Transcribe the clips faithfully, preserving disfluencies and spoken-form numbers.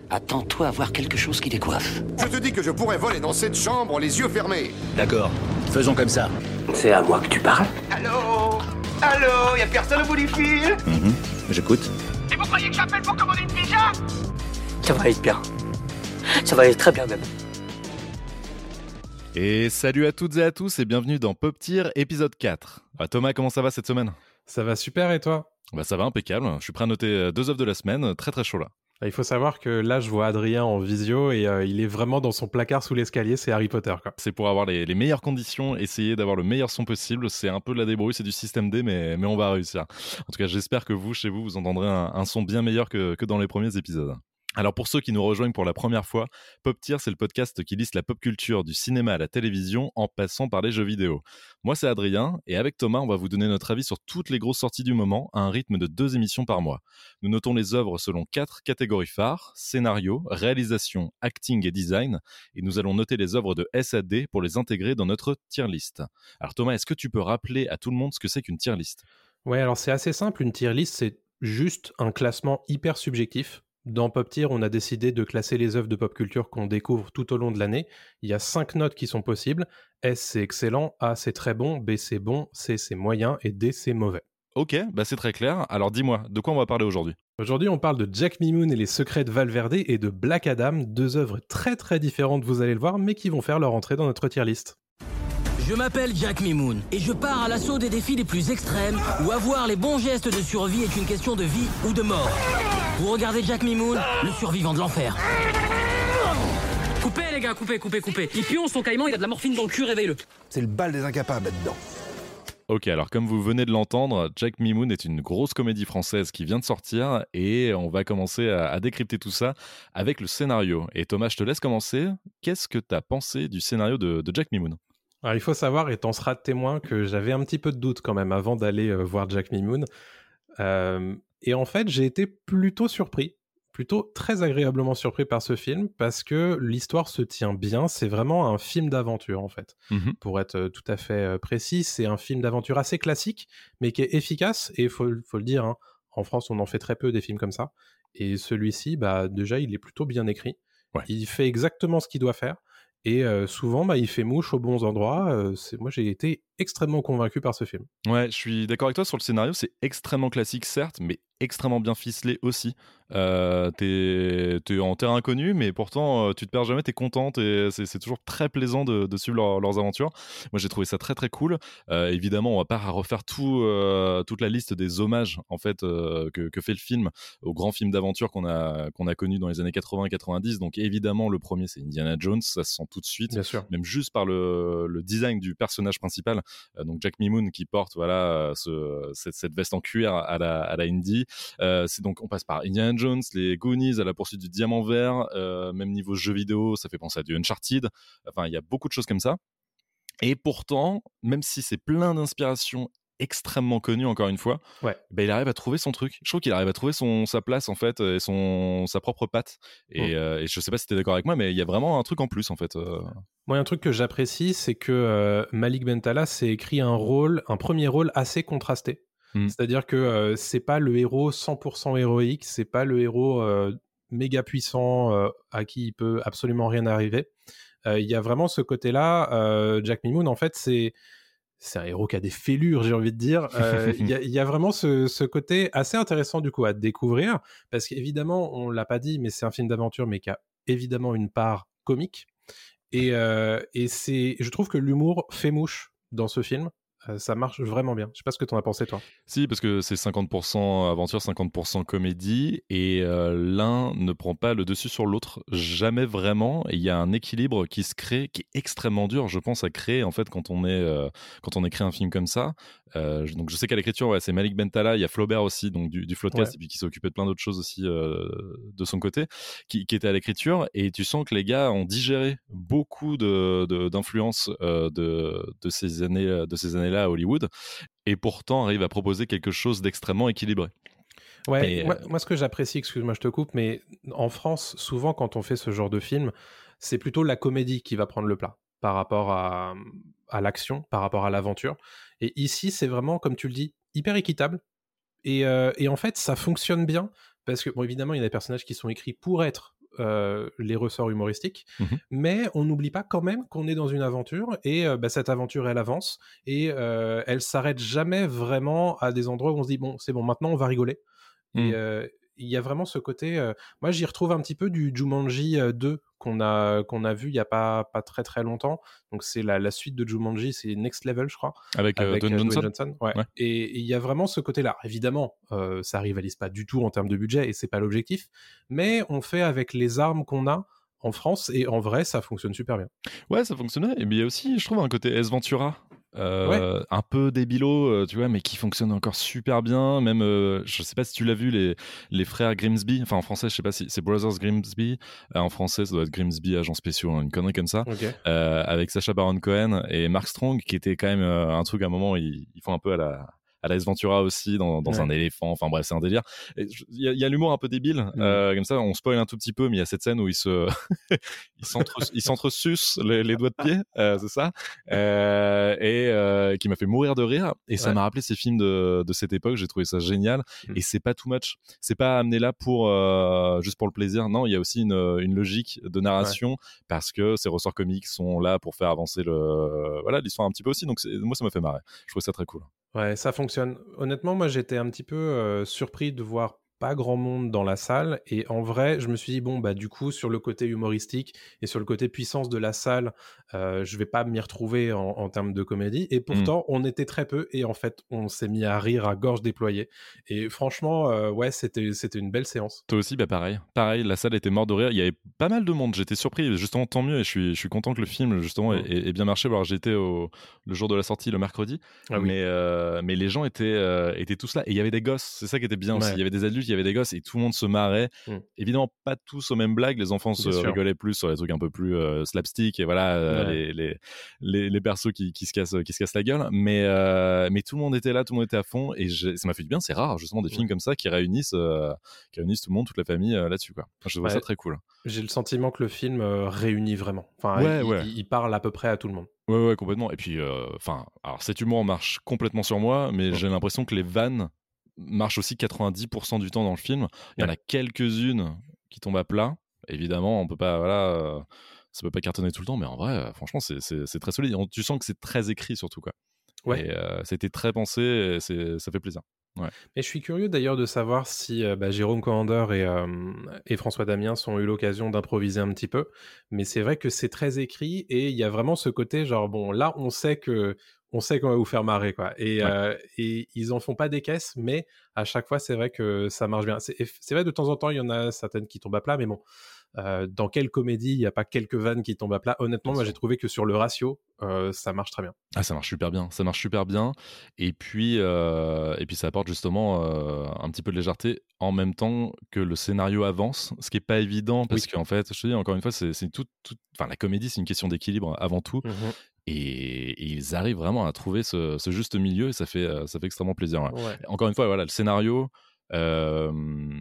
Attends-toi à voir quelque chose qui décoiffe. Je te dis que je pourrais voler dans cette chambre les yeux fermés. D'accord, faisons comme ça. C'est à moi que tu parles? Allô? Allô? Y'a personne au bout du fil? Mmh, j'écoute. Et vous croyez que j'appelle pour commander une pizza? Ça va être bien. Ça va être très bien même. Et salut à toutes et à tous et bienvenue dans Pop Tier épisode quatre. Ah, Thomas, comment ça va cette semaine? Ça va super et toi? Bah ça va impeccable, je suis prêt à noter deux œuvres de la semaine, très très chaud là. Il faut savoir que là je vois Adrien en visio et euh, il est vraiment dans son placard sous l'escalier, c'est Harry Potter quoi. C'est pour avoir les, les meilleures conditions, essayer d'avoir le meilleur son possible, c'est un peu de la débrouille, c'est du système D mais, mais on va réussir. En tout cas j'espère que vous, chez vous, vous entendrez un, un son bien meilleur que, que dans les premiers épisodes. Alors pour ceux qui nous rejoignent pour la première fois, Pop Tier, c'est le podcast qui liste la pop culture du cinéma à la télévision en passant par les jeux vidéo. Moi c'est Adrien et avec Thomas on va vous donner notre avis sur toutes les grosses sorties du moment à un rythme de deux émissions par mois. Nous notons les œuvres selon quatre catégories phares, scénario, réalisation, acting et design, et nous allons noter les œuvres de S à D pour les intégrer dans notre tier list. Alors Thomas, est-ce que tu peux rappeler à tout le monde ce que c'est qu'une tier list? Ouais, alors c'est assez simple, une tier list c'est juste un classement hyper subjectif. Dans Pop Tier, on a décidé de classer les œuvres de pop culture qu'on découvre tout au long de l'année. Il y a cinq notes qui sont possibles. S, c'est excellent. A, c'est très bon. B, c'est bon. C, c'est moyen. Et D, c'est mauvais. Ok, bah c'est très clair. Alors dis-moi, de quoi on va parler aujourd'hui? Aujourd'hui, on parle de Jack Mimoun et les secrets de Valverde et de Black Adam, deux œuvres très très différentes, vous allez le voir, mais qui vont faire leur entrée dans notre tier list. Je m'appelle Jack Mimoun et je pars à l'assaut des défis les plus extrêmes où avoir les bons gestes de survie est une question de vie ou de mort. Vous regardez Jack Mimoun, le survivant de l'enfer. Coupez les gars, coupez, coupez, coupez. Il pionce son caïman, il a de la morphine dans le cul, réveille-le. C'est le bal des incapables là-dedans. Ok, alors comme vous venez de l'entendre, Jack Mimoun est une grosse comédie française qui vient de sortir et on va commencer à, à décrypter tout ça avec le scénario. Et Thomas, je te laisse commencer. Qu'est-ce que tu as pensé du scénario de, de Jack Mimoun? Alors il faut savoir, et t'en seras témoin, que j'avais un petit peu de doute quand même avant d'aller euh, voir Jack Mimoun. Euh, et en fait, j'ai été plutôt surpris, plutôt très agréablement surpris par ce film, parce que l'histoire se tient bien, c'est vraiment un film d'aventure en fait. Mmh. Pour être tout à fait précis, c'est un film d'aventure assez classique, mais qui est efficace, et il faut, faut le dire, hein, en France on en fait très peu des films comme ça, et celui-ci, bah, déjà il est plutôt bien écrit, Ouais. Il fait exactement ce qu'il doit faire, et euh, souvent bah, il fait mouche aux bons endroits. Euh, c'est... Moi j'ai été extrêmement convaincu par ce film. Ouais, je suis d'accord avec toi sur le scénario, c'est extrêmement classique certes, mais extrêmement bien ficelé aussi. Euh, t'es, t'es en terrain inconnu, mais pourtant euh, tu te perds jamais, t'es contente et c'est, c'est toujours très plaisant de, de suivre leur, leurs aventures. Moi j'ai trouvé ça très très cool. Euh, évidemment, on va pas refaire tout, euh, toute la liste des hommages en fait euh, que, que fait le film aux grands films d'aventure qu'on a qu'on a connus dans les années quatre-vingts quatre-vingt-dix. Donc évidemment, le premier c'est Indiana Jones, ça se sent tout de suite, Bien sûr. même juste par le, le design du personnage principal. Euh, donc Jack Mimoun qui porte voilà ce, cette, cette veste en cuir à la, à la Indy. Euh, c'est donc on passe par Indiana Jones, les Goonies, à la poursuite du diamant vert, euh, même niveau jeu vidéo, ça fait penser à du Uncharted. Enfin, il y a beaucoup de choses comme ça. Et pourtant, même si c'est plein d'inspirations extrêmement connues, encore une fois, Ouais. bah, il arrive à trouver son truc. Je trouve qu'il arrive à trouver son, sa place, en fait, et son, sa propre patte. Et, mmh. euh, et je sais pas si t'es d'accord avec moi, mais il y a vraiment un truc en plus, en fait. Euh... Moi, un truc que j'apprécie, c'est que euh, Malik Bentala s'est écrit un rôle, un premier rôle assez contrasté. Mmh. C'est-à-dire que euh, c'est pas le héros cent pour cent héroïque, c'est pas le héros euh, méga puissant euh, à qui il peut absolument rien arriver. Il euh, y a vraiment ce côté-là. Euh, Jack Mimoun, en fait, c'est c'est un héros qui a des fêlures, j'ai envie de dire. Il euh, y, y a vraiment ce, ce côté assez intéressant du coup à découvrir, parce qu'évidemment, on l'a pas dit, mais c'est un film d'aventure, mais qui a évidemment une part comique. Et, euh, et c'est, je trouve que l'humour fait mouche dans ce film. Euh, ça marche vraiment bien. Je sais pas ce que t'en as pensé, toi. Si, parce que c'est cinquante pour cent aventure, cinquante pour cent comédie, et euh, l'un ne prend pas le dessus sur l'autre, jamais vraiment. Il y a un équilibre qui se crée, qui est extrêmement dur, je pense, à créer en fait quand on est euh, quand on écrit un film comme ça. Euh, donc je sais qu'à l'écriture, ouais, c'est Malik Bentala, il y a Flaubert aussi, donc du, du Floodcast, ouais. Et puis qui s'est occupé de plein d'autres choses aussi euh, de son côté, qui, qui était à l'écriture, et tu sens que les gars ont digéré beaucoup de, de, d'influences euh, de, de ces années, de ces années là à Hollywood, et pourtant arrive à proposer quelque chose d'extrêmement équilibré. Ouais, et moi, euh... moi ce que j'apprécie, excuse-moi je te coupe, mais en France, souvent quand on fait ce genre de film, c'est plutôt la comédie qui va prendre le plat par rapport à, à l'action, par rapport à l'aventure. Et ici, c'est vraiment, comme tu le dis, hyper équitable. Et, euh, et en fait, ça fonctionne bien, parce que, bon, évidemment, il y a des personnages qui sont écrits pour être euh, les ressorts humoristiques, Mmh. mais on n'oublie pas quand même qu'on est dans une aventure et euh, bah, cette aventure elle avance et euh, elle s'arrête jamais vraiment à des endroits où on se dit bon c'est bon maintenant on va rigoler. Mmh. Et euh, il y a vraiment ce côté. Euh, moi, j'y retrouve un petit peu du Jumanji euh, deux qu'on a, qu'on a vu il n'y a pas, pas très très longtemps. Donc, c'est la, la suite de Jumanji, c'est Next Level, je crois. Avec, euh, avec Dwayne euh, Johnson. Dwayne Johnson. Ouais. Ouais. Et il y a vraiment ce côté-là. Évidemment, euh, ça rivalise pas du tout en termes de budget et c'est pas l'objectif. Mais on fait avec les armes qu'on a en France et en vrai, ça fonctionne super bien. Ouais, ça fonctionnait. Et bien, il y a aussi, je trouve, un côté S Ventura. Euh, Ouais. un peu débilo, euh, tu vois, mais qui fonctionne encore super bien. Même, euh, je sais pas si tu l'as vu, les, les frères Grimsby, enfin en français, je sais pas si c'est Brothers Grimsby, euh, en français, ça doit être Grimsby, agents spéciaux, hein, une connerie comme ça, Ok. euh, avec Sacha Baron Cohen et Mark Strong, qui était quand même euh, un truc à un moment, ils, ils font un peu à la. à la S Ventura aussi, dans, dans Ouais. un éléphant, enfin bref, c'est un délire. Il y, a- y a l'humour un peu débile, Mm. euh, comme ça, on spoil un tout petit peu, mais il y a cette scène où ils se, ils s'entre, ils s'entresucent les, les doigts de pied, euh, c'est ça, euh, et euh, qui m'a fait mourir de rire. Et ça Ouais. m'a rappelé ces films de, de cette époque. J'ai trouvé ça génial. Mm. Et c'est pas too much. C'est pas amené là pour euh, juste pour le plaisir. Non, il y a aussi une, une logique de narration parce que ces ressorts comiques sont là pour faire avancer le, voilà, l'histoire un petit peu aussi. Donc c'est- moi, ça m'a fait marrer. Je trouve ça très cool. Ouais, ça fonctionne. Honnêtement, moi, j'étais un petit peu euh, surpris de voir pas grand monde dans la salle. Et en vrai, je me suis dit, bon, bah, du coup, sur le côté humoristique et sur le côté puissance de la salle, euh, je vais pas m'y retrouver en, en termes de comédie. Et pourtant, on était très peu. Et en fait, on s'est mis à rire à gorge déployée. Et franchement, euh, ouais, c'était, c'était une belle séance. Toi aussi, bah pareil. Pareil, la salle était morte de rire. Il y avait pas mal de monde. J'étais surpris. Justement, tant mieux. Et je suis, je suis content que le film, justement, Mm. ait, ait bien marché. Alors, j'étais au, le jour de la sortie, le mercredi. Ah oui. mais, euh, mais les gens étaient, euh, étaient tous là. Et il y avait des gosses. C'est ça qui était bien aussi. Ouais. Il y avait des adultes, il y avait des gosses. Et tout le monde se marrait. Mm. Évidemment, pas tous aux mêmes blagues. Les enfants se Bien sûr. rigolaient plus sur les trucs un peu plus euh, slapstick. Et voilà, euh, Ouais. les, les, les, les persos qui, qui, se cassent, qui se cassent la gueule. Mais, euh, mais tout le monde était là. Tout le monde était à fond. Et j'ai- ça m'a fait du bien. C'est rare, justement, des films Ouais. comme ça qui réunissent, euh, qui réunissent tout le monde, toute la famille euh, là-dessus, quoi. Je trouve Ouais. ça très cool. J'ai le sentiment que le film euh, réunit vraiment. Enfin, Ouais, il, ouais. il- il parle à peu près à tout le monde. Ouais, ouais, complètement. Et puis, enfin, alors cet humour marche complètement sur moi, mais Ouais. j'ai l'impression que les vannes marchent aussi quatre-vingt-dix pour cent du temps dans le film. Il y en Ouais. a quelques-unes qui tombent à plat. Évidemment, on peut pas, voilà, euh, ça peut pas cartonner tout le temps, mais en vrai, euh, franchement, c'est, c'est, c'est très solide. On- tu sens que c'est très écrit surtout, quoi. Ouais. Et euh, ça a été très pensé, et c'est, ça fait plaisir. Ouais. Et je suis curieux d'ailleurs de savoir si euh, bah, Jérôme Coander et, euh, et François Damiens ont eu l'occasion d'improviser un petit peu. Mais c'est vrai que c'est très écrit et il y a vraiment ce côté genre, bon, là, on sait que on sait qu'on va vous faire marrer, quoi. Et, Ouais. euh, et ils en font pas des caisses, mais à chaque fois, c'est vrai que ça marche bien. C'est, c'est vrai, de temps en temps, il y en a certaines qui tombent à plat, mais bon, euh, dans quelle comédie il n'y a pas quelques vannes qui tombent à plat? Honnêtement, Bien moi, sûr. j'ai trouvé que sur le ratio, euh, ça marche très bien. Ah, ça marche super bien, ça marche super bien. Et puis, euh, et puis ça apporte justement euh, un petit peu de légèreté en même temps que le scénario avance, ce qui est pas évident parce Oui. qu'en fait, je te dis encore une fois, c'est, c'est tout, tout, enfin la comédie, c'est une question d'équilibre avant tout. Mhm. Et, et ils arrivent vraiment à trouver ce, ce juste milieu et ça fait, euh, ça fait extrêmement plaisir. Ouais. Ouais. Encore une fois, voilà, le scénario euh,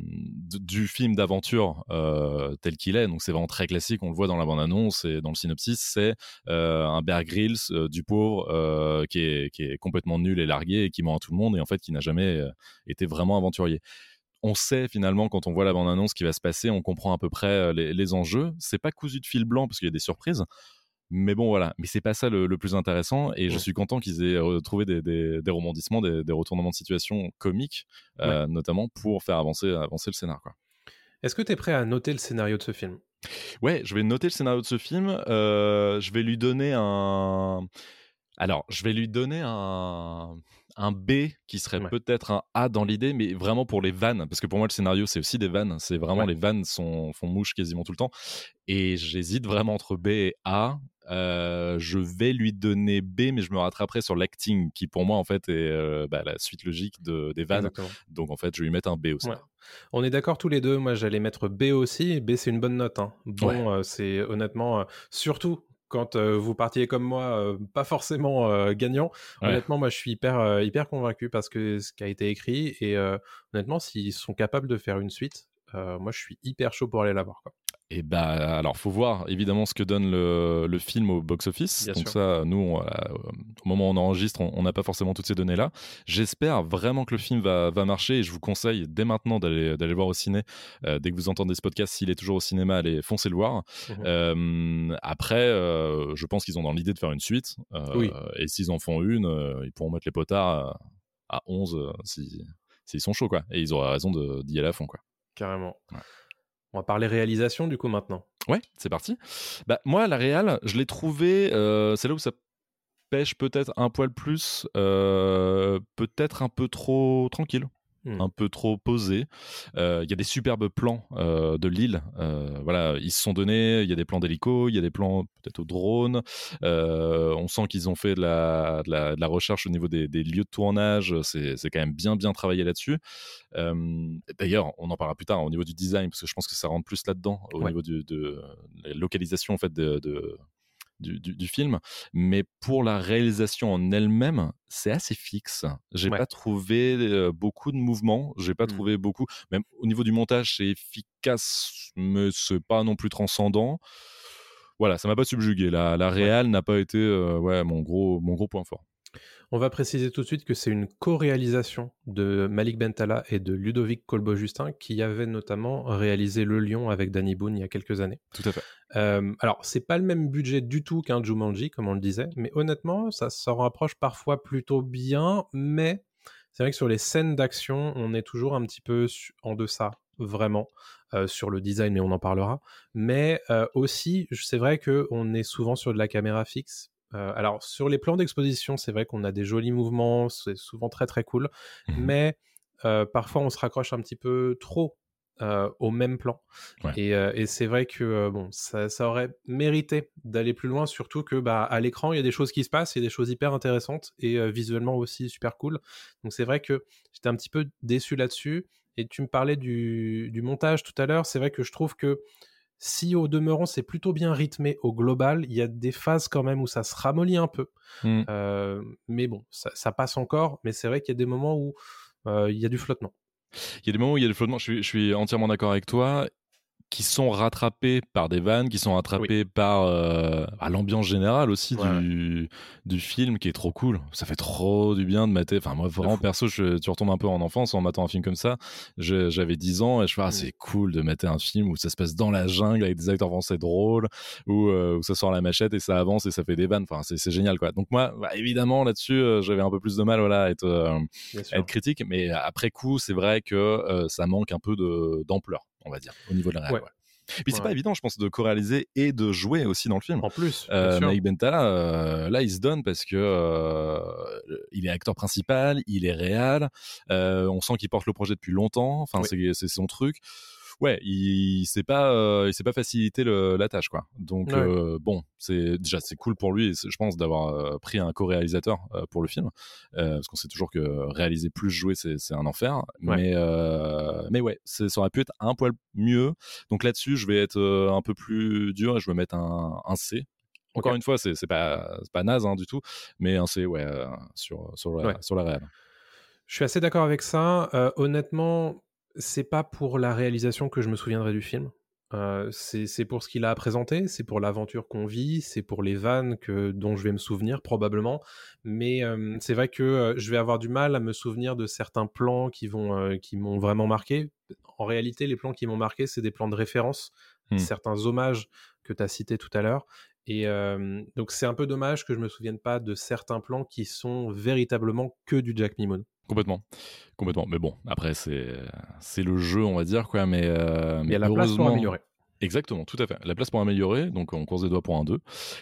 d- du film d'aventure euh, tel qu'il est, donc c'est vraiment très classique, on le voit dans la bande-annonce et dans le synopsis, c'est euh, un Bear Grylls euh, du pauvre euh, qui, est, qui est complètement nul et largué et qui ment à tout le monde et en fait qui n'a jamais euh, été vraiment aventurier. On sait finalement quand on voit la bande-annonce ce qui va se passer, on comprend à peu près euh, les, les enjeux. C'est pas cousu de fil blanc parce qu'il y a des surprises. Mais bon, voilà. Mais c'est pas ça le, le plus intéressant. Et je Mm. suis content qu'ils aient euh, trouvé des, des, des rebondissements, des, des retournements de situation comiques, euh, notamment pour faire avancer, avancer le scénar, quoi. Est-ce que tu es prêt à noter le scénario de ce film? Ouais, je vais noter le scénario de ce film. Euh, je vais lui donner un. Alors, je vais lui donner un, un B qui serait Ouais. peut-être un A dans l'idée, mais vraiment pour les vannes. Parce que pour moi, le scénario, c'est aussi des vannes. C'est vraiment Ouais. les vannes sont, font mouche quasiment tout le temps. Et j'hésite vraiment entre B et A. Euh, je vais lui donner B, mais je me rattraperai sur l'acting, qui pour moi, en fait, est euh, bah, la suite logique de, des vannes. Exactement. Donc, en fait, je vais lui mettre un B aussi. Ouais. On est d'accord tous les deux. Moi, j'allais mettre B aussi. B, c'est une bonne note, hein. Bon, Ouais. euh, c'est honnêtement, euh, surtout quand euh, vous partiez comme moi, euh, pas forcément euh, gagnant. Ouais. Honnêtement, moi, je suis hyper, euh, hyper convaincu parce que ce qui a été écrit. Et euh, honnêtement, s'ils sont capables de faire une suite, euh, moi, je suis hyper chaud pour aller la voir, quoi. Et bah, alors, faut voir évidemment ce que donne le, le film au box-office. Bien Donc sûr. ça, nous, on, voilà, au moment où on enregistre, on n'a pas forcément toutes ces données-là. J'espère vraiment que le film va, va marcher et je vous conseille dès maintenant d'aller, d'aller le voir au ciné. Euh, dès que vous entendez ce podcast, s'il est toujours au cinéma, allez foncez le voir. Mhm. Euh, après, euh, je pense qu'ils ont dans l'idée de faire une suite. Euh, Oui. Et s'ils en font une, euh, ils pourront mettre les potards à, à onze euh, si, s'ils sont chauds, quoi. Et ils auraient raison de, d'y aller à fond, quoi. Carrément. Ouais. On va parler réalisation du coup maintenant. Ouais, c'est parti. Bah, moi, la réal, je l'ai trouvé, euh, c'est là où ça pêche peut-être un poil plus, euh, peut-être un peu trop tranquille. Hmm. Un peu trop posé. Il euh, y a des superbes plans euh, de l'île. Euh, voilà, ils se sont donnés. Il y a des plans d'hélico, il y a des plans peut-être au drone. Euh, on sent qu'ils ont fait de la, de la, de la recherche au niveau des, des lieux de tournage. C'est, c'est quand même bien, bien travaillé là-dessus. Euh, d'ailleurs, on en parlera plus tard au niveau du design, parce que je pense que ça rentre plus là-dedans, au Ouais. niveau du, de la localisation en fait, de, de Du, du, du film, mais pour la réalisation en elle-même, c'est assez fixe. J'ai Ouais. pas trouvé euh, beaucoup de mouvements, j'ai pas Mm. trouvé beaucoup, même au niveau du montage, c'est efficace, mais c'est pas non plus transcendant. Voilà, ça m'a pas subjugué. La, la réal ouais. n'a pas été euh, ouais, mon, gros, mon gros point fort. On va préciser tout de suite que c'est une co-réalisation de Malik Bentala et de Ludovic Colbeau-Justin, qui avait notamment réalisé Le Lion avec Danny Boone il y a quelques années. Tout à fait. Euh, alors, c'est pas le même budget du tout qu'un Jumanji, comme on le disait, mais honnêtement, ça s'en rapproche parfois plutôt bien, mais c'est vrai que sur les scènes d'action, on est toujours un petit peu en deçà, vraiment, euh, sur le design, mais on en parlera. Mais euh, aussi, c'est vrai qu'on est souvent sur de la caméra fixe. Euh, alors, sur les plans d'exposition, c'est vrai qu'on a des jolis mouvements, c'est souvent très très cool, mmh. mais euh, parfois on se raccroche un petit peu trop euh, au même plan. Ouais. Et, euh, et c'est vrai que euh, bon, ça, ça aurait mérité d'aller plus loin, surtout que bah, à l'écran, il y a des choses qui se passent, il y a des choses hyper intéressantes et euh, visuellement aussi super cool. Donc c'est vrai que j'étais un petit peu déçu là-dessus. Et tu me parlais du, du montage tout à l'heure, c'est vrai que je trouve que si au demeurant c'est plutôt bien rythmé au global, il y a des phases quand même où ça se ramollit un peu. Mmh. Euh, mais bon, ça, ça passe encore, mais c'est vrai qu'il y a des moments où euh, il y a du flottement. Il y a des moments où il y a du flottement, je suis, je suis entièrement d'accord avec toi, qui sont rattrapés par des vannes, qui sont rattrapés oui. par euh, l'ambiance générale aussi ouais. du, du film qui est trop cool. Ça fait trop du bien de mater. Enfin, moi, vraiment, perso, je, tu retombes un peu en enfance en matant un film comme ça. Je, j'avais dix ans et je fais, ah, c'est cool de mater un film où ça se passe dans la jungle avec des acteurs français drôles, où, euh, où ça sort la machette et ça avance et ça fait des vannes. Enfin, c'est, c'est génial, quoi. Donc, moi, bah, évidemment, là-dessus, euh, j'avais un peu plus de mal voilà, à, être, euh, à être critique. Mais après coup, c'est vrai que euh, ça manque un peu de, d'ampleur, on va dire, au niveau de la réalité. Ouais. Ouais. Puis c'est ouais. pas évident, je pense, de co-réaliser et de jouer aussi dans le film. En plus, euh, Malik Bentala, euh, là, il se donne parce que euh, il est acteur principal, il est réal, euh, on sent qu'il porte le projet depuis longtemps. Enfin, oui. c'est, c'est son truc. Ouais, il, il s'est pas, euh, il s'est pas facilité le, la tâche, quoi. Donc ouais. euh, bon, c'est déjà c'est cool pour lui, je pense, d'avoir euh, pris un co-réalisateur euh, pour le film, euh, parce qu'on sait toujours que réaliser plus jouer, c'est, c'est un enfer. Ouais. Mais euh, mais ouais, c'est, ça aurait pu être un poil mieux. Donc là-dessus, je vais être euh, un peu plus dur et je vais mettre un, un C. Encore okay. une fois, c'est, c'est pas c'est pas naze hein, du tout, mais un C, ouais, euh, sur sur la, ouais. sur la réal. Je suis assez d'accord avec ça. Euh, honnêtement. C'est pas pour la réalisation que je me souviendrai du film. Euh, c'est, c'est pour ce qu'il a à présenter, c'est pour l'aventure qu'on vit, c'est pour les vannes que, dont je vais me souvenir probablement. Mais euh, c'est vrai que euh, je vais avoir du mal à me souvenir de certains plans qui, vont, euh, qui m'ont vraiment marqué. En réalité, les plans qui m'ont marqué, c'est des plans de référence, mmh. certains hommages que tu as cités tout à l'heure. Et euh, donc c'est un peu dommage que je me souvienne pas de certains plans qui sont véritablement que du Jack Mimoun. Complètement, complètement. Mais bon, après c'est c'est le jeu, on va dire quoi. Mais euh, il y a la place pour améliorer. Exactement, tout à fait. La place pour améliorer. Donc on course des doigts pour un deux.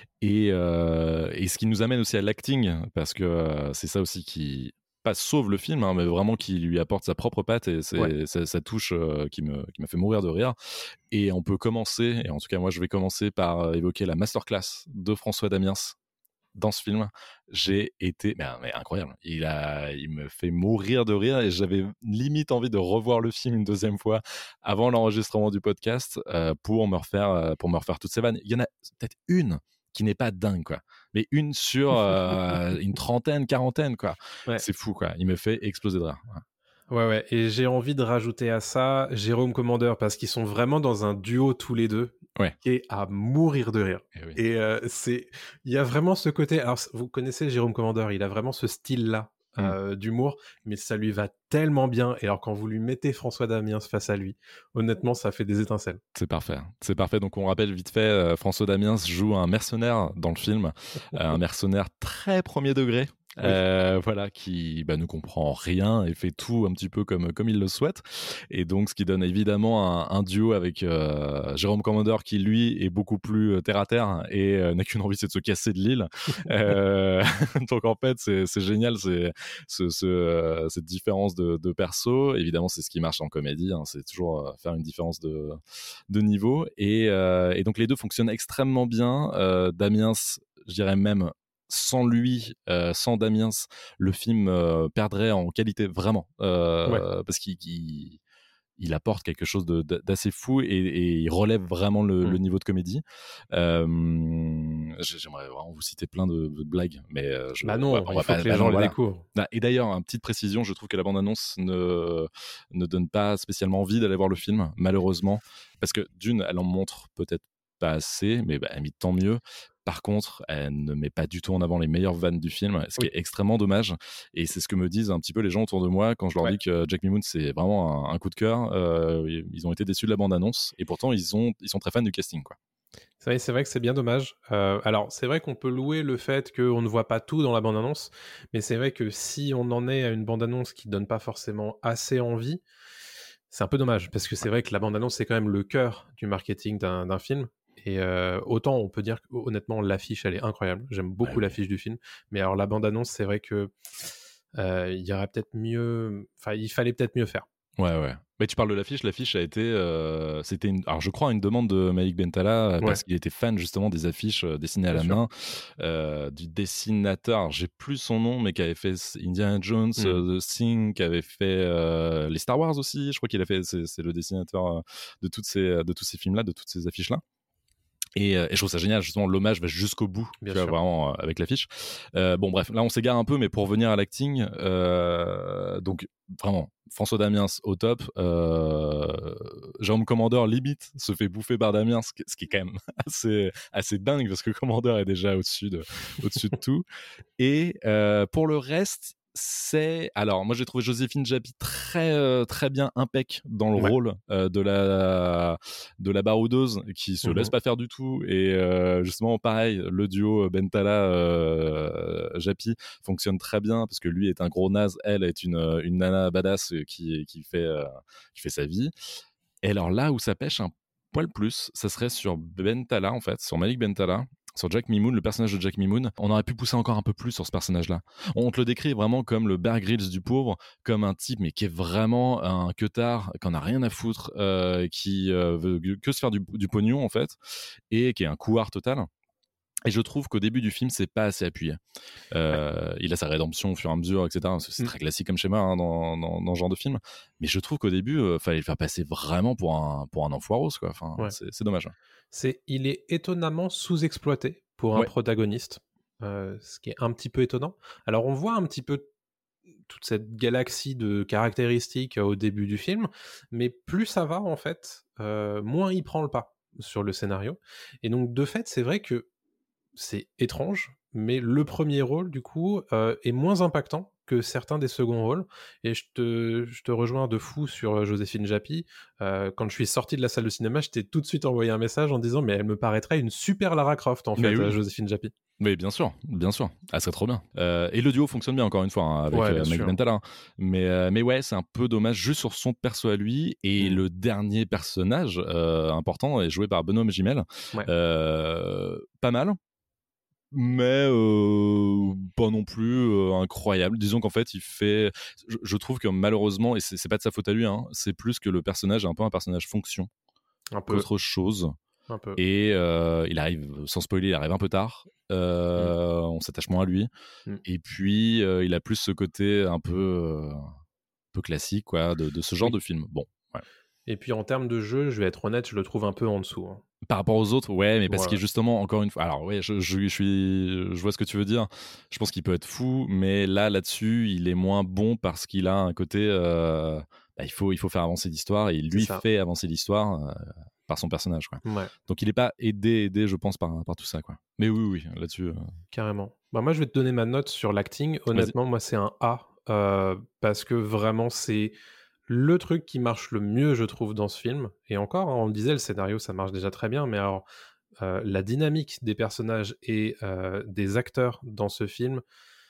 Et euh, et ce qui nous amène aussi à l'acting, parce que euh, c'est ça aussi qui pas sauve le film, hein, mais vraiment qui lui apporte sa propre patte et c'est ouais. sa, sa touche euh, qui me qui m'a fait mourir de rire. Et on peut commencer. Et en tout cas moi je vais commencer par évoquer la masterclass de François Damiens. Dans ce film, j'ai été mais, mais incroyable. Il a, il me fait mourir de rire et j'avais limite envie de revoir le film une deuxième fois avant l'enregistrement du podcast euh, pour me refaire, pour me refaire toutes ces vannes. Il y en a peut-être une qui n'est pas dingue, quoi, mais une sur euh, une trentaine, quarantaine, quoi. Ouais. C'est fou, quoi. Il me fait exploser de rire. Ouais. Ouais, ouais. Et j'ai envie de rajouter à ça Jérôme Commander, parce qu'ils sont vraiment dans un duo tous les deux. Ouais. Qui est à mourir de rire. Et, oui. Et euh, c'est, il y a vraiment ce côté. Alors, vous connaissez Jérôme Commander, il a vraiment ce style-là mm. euh, d'humour, mais ça lui va tellement bien. Et alors, quand vous lui mettez François Damiens face à lui, honnêtement, ça fait des étincelles. C'est parfait. C'est parfait. Donc, on rappelle vite fait, euh, François Damiens joue un mercenaire dans le film, euh, un mercenaire très premier degré. Oui. Euh, voilà, qui bah, ne comprend rien et fait tout un petit peu comme, comme il le souhaite. Et donc, ce qui donne évidemment un, un duo avec euh, Jérôme Commander, qui lui est beaucoup plus terre à terre et euh, n'a qu'une envie, c'est de se casser de l'île. euh, donc, en fait, c'est, c'est génial, c'est, ce, ce, euh, cette différence de, de perso. Évidemment, c'est ce qui marche en comédie, hein, c'est toujours euh, faire une différence de, de niveau. Et, euh, et donc, les deux fonctionnent extrêmement bien. Euh, Damiens, je dirais même, sans lui, euh, sans Damiens, le film euh, perdrait en qualité vraiment, euh, ouais. parce qu'il, qu'il il apporte quelque chose de, d'assez fou et, et il relève vraiment le, mmh. le niveau de comédie. Euh, j'aimerais vraiment vous citer plein de, de blagues, mais je, bah non, on va, on il va faut pas, que les bah gens non, les voilà. découvrent. Et d'ailleurs, une petite précision, je trouve que la bande-annonce ne, ne donne pas spécialement envie d'aller voir le film, malheureusement, parce que d'une, elle en montre peut-être pas assez, mais bah, elle met tant mieux. Par contre, elle ne met pas du tout en avant les meilleures vannes du film, ce oui. qui est extrêmement dommage. Et c'est ce que me disent un petit peu les gens autour de moi quand je leur ouais. dis que Jack Mimoun, c'est vraiment un, un coup de cœur. Euh, ils ont été déçus de la bande-annonce et pourtant, ils, ont, ils sont très fans du casting, quoi. C'est vrai, c'est vrai que c'est bien dommage. Euh, alors, c'est vrai qu'on peut louer le fait qu'on ne voit pas tout dans la bande-annonce, mais c'est vrai que si on en est à une bande-annonce qui ne donne pas forcément assez envie, c'est un peu dommage, parce que c'est vrai que la bande-annonce, c'est quand même le cœur du marketing d'un, d'un film. Et euh, autant on peut dire honnêtement l'affiche elle est incroyable, j'aime beaucoup ouais. l'affiche du film, mais alors la bande-annonce c'est vrai que euh, il y aurait peut-être mieux, enfin il fallait peut-être mieux faire. Ouais ouais. Mais tu parles de l'affiche, l'affiche a été, euh, c'était une, alors je crois une demande de Malik Bentala ouais. parce qu'il était fan justement des affiches euh, dessinées à Bien la sûr. main, euh, du dessinateur, alors, j'ai plus son nom, mais qui avait fait Indiana Jones, mm. euh, The Thing, qui avait fait euh, les Star Wars aussi, je crois qu'il a fait, c'est, c'est le dessinateur de toutes ces, de tous ces films là, de toutes ces affiches là. Et, et je trouve ça génial, justement, l'hommage va jusqu'au bout, tu vois, vraiment, euh, avec l'affiche. Euh, bon, bref, là, on s'égare un peu, mais pour revenir à l'acting, euh, donc, vraiment, François Damiens au top, euh, Jérôme Commander, limite, se fait bouffer par Damiens, ce qui, ce qui est quand même assez, assez dingue, parce que Commander est déjà au-dessus de, au-dessus de tout. Et euh, pour le reste, c'est... Alors, moi, j'ai trouvé Joséphine Japy très, euh, très bien impec dans le ouais. rôle euh, de, la, de la baroudeuse qui se mmh. laisse pas faire du tout. Et euh, justement, pareil, le duo Bentala-Japy euh, fonctionne très bien parce que lui est un gros naze, elle est une, une nana badass qui, qui, fait, euh, qui fait sa vie. Et alors là où ça pêche un poil plus, ça serait sur Bentala, en fait, sur Malik Bentala. Sur Jack Mimoun, le personnage de Jack Mimoun, on aurait pu pousser encore un peu plus sur ce personnage-là. On te le décrit vraiment comme le Bear Grylls du pauvre, comme un type mais qui est vraiment un queutard, qui en a rien à foutre, euh, qui euh, veut que se faire du, du pognon en fait, et qui est un couard total. Et je trouve qu'au début du film, c'est pas assez appuyé. Euh, ouais. Il a sa rédemption au fur et à mesure, et cetera. C'est très classique comme schéma hein, dans, dans, dans ce genre de film. Mais je trouve qu'au début, il euh, fallait le faire passer vraiment pour un, pour un enfoiros, quoi. Enfin, ouais. c'est, c'est dommage. C'est, il est étonnamment sous-exploité pour un ouais. protagoniste, euh, ce qui est un petit peu étonnant. Alors, on voit un petit peu toute cette galaxie de caractéristiques au début du film, mais plus ça va, en fait, euh, moins il prend le pas sur le scénario. Et donc, de fait, c'est vrai que c'est étrange, mais le premier rôle, du coup, euh, est moins impactant que certains des seconds rôles. Et je te, je te rejoins de fou sur Joséphine Japy. Euh, quand je suis sorti de la salle de cinéma, je t'ai tout de suite envoyé un message en disant « Mais elle me paraîtrait une super Lara Croft, en mais fait, oui. Joséphine Japy. » Mais bien sûr, bien sûr. Ah, c'est trop bien. Euh, et le duo fonctionne bien, encore une fois, hein, avec ouais, euh, Malik Bentala. Mais, euh, mais ouais, c'est un peu dommage, juste sur son perso à lui. Et mmh. le dernier personnage euh, important est joué par Benoît Magimel. Ouais. Euh, pas mal. Mais euh, pas non plus euh, incroyable. Disons qu'en fait, il fait. Je, je trouve que malheureusement, et c'est, c'est pas de sa faute à lui, hein, c'est plus que le personnage est un peu un personnage fonction, un peu autre chose. Un peu. Et euh, il arrive, sans spoiler, il arrive un peu tard. Euh, mmh. On s'attache moins à lui. Mmh. Et puis, euh, il a plus ce côté un peu, euh, un peu classique, quoi, de, de ce genre oui. de film. Bon. Ouais. Et puis en termes de jeu, je vais être honnête, je le trouve un peu en dessous. Hein. Par rapport aux autres, ouais, mais parce Ouais. qu'il est justement, encore une fois, alors ouais, je, je, je suis, je vois ce que tu veux dire. Je pense qu'il peut être fou, mais là, là-dessus, il est moins bon parce qu'il a un côté, euh, bah, il faut, il faut faire avancer l'histoire et lui fait avancer l'histoire euh, par son personnage, quoi. Ouais. Donc il n'est pas aidé, aidé, je pense, par, par tout ça, quoi. Mais oui, oui, là-dessus. Euh... Carrément. Bah, moi, je vais te donner ma note sur l'acting. Honnêtement, Vas-y. Moi, c'est un A euh, parce que vraiment, c'est le truc qui marche le mieux, je trouve, dans ce film. Et encore, hein, on le disait, le scénario, ça marche déjà très bien, mais alors, euh, la dynamique des personnages et euh, des acteurs dans ce film,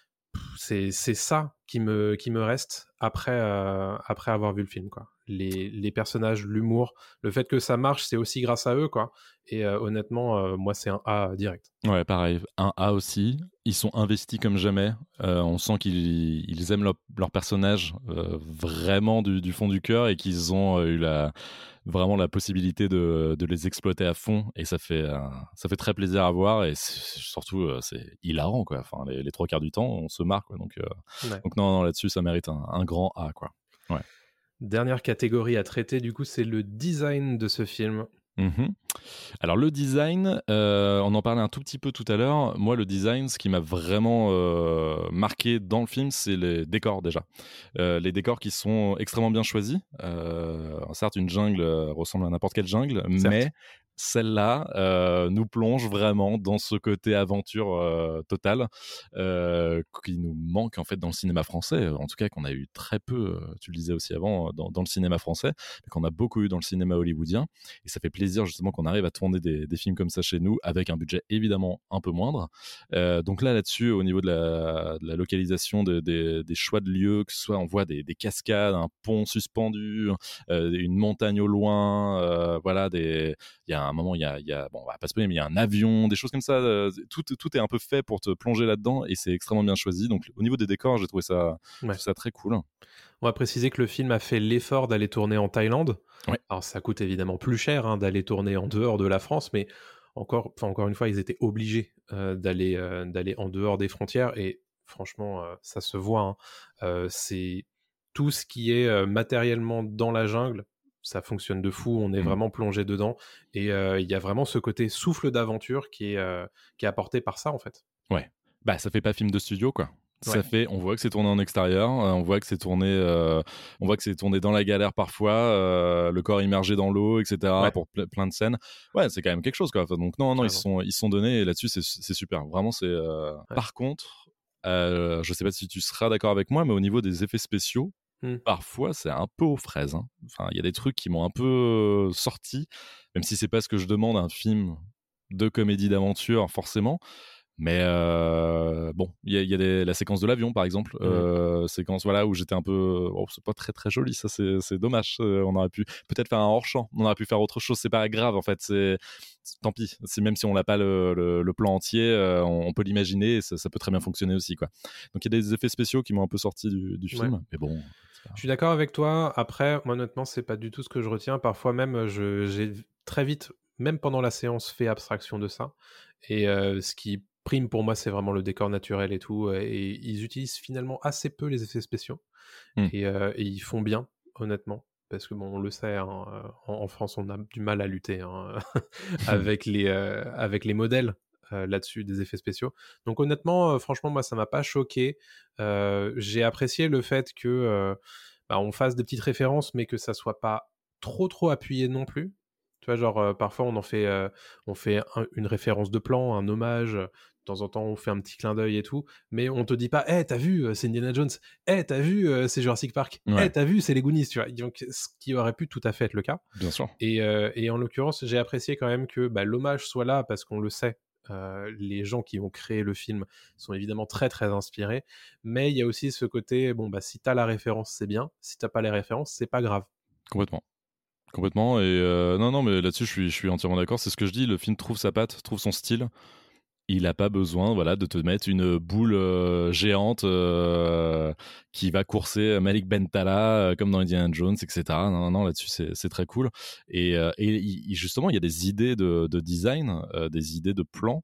c'est, c'est ça qui me, qui me reste après, euh, après avoir vu le film, quoi. Les, les personnages, l'humour, le fait que ça marche, c'est aussi grâce à eux, quoi. Et euh, honnêtement, euh, moi, c'est un A direct. Ouais, pareil, un A aussi. Ils sont investis comme jamais. Euh, on sent qu'ils ils aiment leur, leur personnage euh, vraiment du, du fond du cœur et qu'ils ont eu la, vraiment la possibilité de, de les exploiter à fond. Et ça fait, euh, ça fait très plaisir à voir. Et c'est, surtout, euh, c'est hilarant, quoi. Enfin, les, les trois quarts du temps, on se marre, quoi. Donc, euh, ouais. donc non, non, là-dessus, ça mérite un, un grand A, quoi. Ouais. Dernière catégorie à traiter, du coup, c'est le design de ce film. Mmh. Alors le design, euh, on en parlait un tout petit peu tout à l'heure. Moi, le design, ce qui m'a vraiment euh, marqué dans le film, c'est les décors déjà. Euh, les décors qui sont extrêmement bien choisis. Euh, certes, une jungle ressemble à n'importe quelle jungle, certes. Mais celle-là euh, nous plonge vraiment dans ce côté aventure euh, totale euh, qui nous manque en fait dans le cinéma français, en tout cas qu'on a eu très peu, tu le disais aussi avant, dans, dans le cinéma français, mais qu'on a beaucoup eu dans le cinéma hollywoodien, et ça fait plaisir justement qu'on arrive à tourner des, des films comme ça chez nous, avec un budget évidemment un peu moindre. Euh, donc là, là-dessus, au niveau de la, de la localisation, de, de, des choix de lieux, que ce soit on voit des, des cascades, un pont suspendu, euh, une montagne au loin, euh, voilà, des... il y a un moment, il y a, il y a bon, on va pas se plaindre, mais il y a un avion, des choses comme ça. Euh, tout, tout est un peu fait pour te plonger là-dedans et c'est extrêmement bien choisi. Donc, au niveau des décors, j'ai trouvé ça, ouais. ça très cool. On va préciser que le film a fait l'effort d'aller tourner en Thaïlande. Ouais. Alors, ça coûte évidemment plus cher hein, d'aller tourner en dehors de la France, mais encore, encore une fois, ils étaient obligés euh, d'aller, euh, d'aller en dehors des frontières et franchement, euh, ça se voit. Hein. Euh, c'est tout ce qui est euh, matériellement dans la jungle. Ça fonctionne de fou, on est mmh. vraiment plongé dedans et il euh, y a vraiment ce côté souffle d'aventure qui est, euh, qui est apporté par ça en fait. Ouais, bah ça fait pas film de studio quoi. Ça ouais. fait, on voit que c'est tourné en extérieur, on voit que c'est tourné, euh, on voit que c'est tourné dans la galère parfois, euh, le corps immergé dans l'eau, et cetera. Ouais. Pour ple- plein de scènes. Ouais, c'est quand même quelque chose quoi. Donc non, non, ils sont, ils sont donnés et là-dessus c'est, c'est super. Vraiment c'est. Euh... Ouais. Par contre, euh, je sais pas si tu seras d'accord avec moi, mais au niveau des effets spéciaux. Mmh. Parfois, c'est un peu aux fraises. Hein. Enfin, il y a des trucs qui m'ont un peu sorti, même si c'est pas ce que je demande à un film de comédie d'aventure, forcément. Mais euh, bon, il y a, y a des, la séquence de l'avion, par exemple, mmh. euh, séquence voilà où j'étais un peu, oh, c'est pas très très joli, ça c'est, c'est dommage. On aurait pu peut-être faire un hors-champ, on aurait pu faire autre chose. C'est pas grave en fait. C'est, c'est tant pis. C'est même si on n'a pas le, le, le plan entier, euh, on, on peut l'imaginer et ça, ça peut très bien fonctionner aussi quoi. Donc il y a des effets spéciaux qui m'ont un peu sorti du, du film, ouais. Mais bon. Je suis d'accord avec toi. Après, moi honnêtement, c'est pas du tout ce que je retiens. Parfois même, je, j'ai très vite, même pendant la séance, fait abstraction de ça. Et euh, ce qui prime pour moi, c'est vraiment le décor naturel et tout. Et ils utilisent finalement assez peu les effets spéciaux. Mm. Et, euh, et ils font bien, honnêtement. Parce que bon, on le sait, hein, en, en France, on a du mal à lutter hein, avec, les, euh, avec les modèles. Euh, là-dessus des effets spéciaux. Donc honnêtement, euh, franchement, moi ça m'a pas choqué. Euh, j'ai apprécié le fait que euh, bah, on fasse des petites références, mais que ça soit pas trop trop appuyé non plus. Tu vois, genre euh, parfois on en fait, euh, on fait un, une référence de plan, un hommage. De temps en temps, on fait un petit clin d'œil et tout, mais on te dit pas, hé, hey, t'as vu, c'est Indiana Jones. Hé, hey, t'as vu, euh, c'est Jurassic Park. Hé, ouais. hey, t'as vu, c'est les Goonies. Tu vois, donc ce qui aurait pu tout à fait être le cas. Bien sûr. Et, euh, et en l'occurrence, j'ai apprécié quand même que bah, l'hommage soit là parce qu'on le sait. Euh, les gens qui ont créé le film sont évidemment très très inspirés, mais il y a aussi ce côté bon bah si t'as la référence c'est bien, si t'as pas les références c'est pas grave. Complètement, complètement. Et euh, non non mais là-dessus je suis je suis entièrement d'accord. C'est ce que je dis. Le film trouve sa patte, trouve son style. Il n'a pas besoin voilà, de te mettre une boule euh, géante euh, qui va courser Malik Bentala euh, comme dans Indiana Jones, et cetera. Non, non, non là-dessus, c'est, c'est très cool. Et, euh, et justement, il y a des idées de, de design, euh, des idées de plans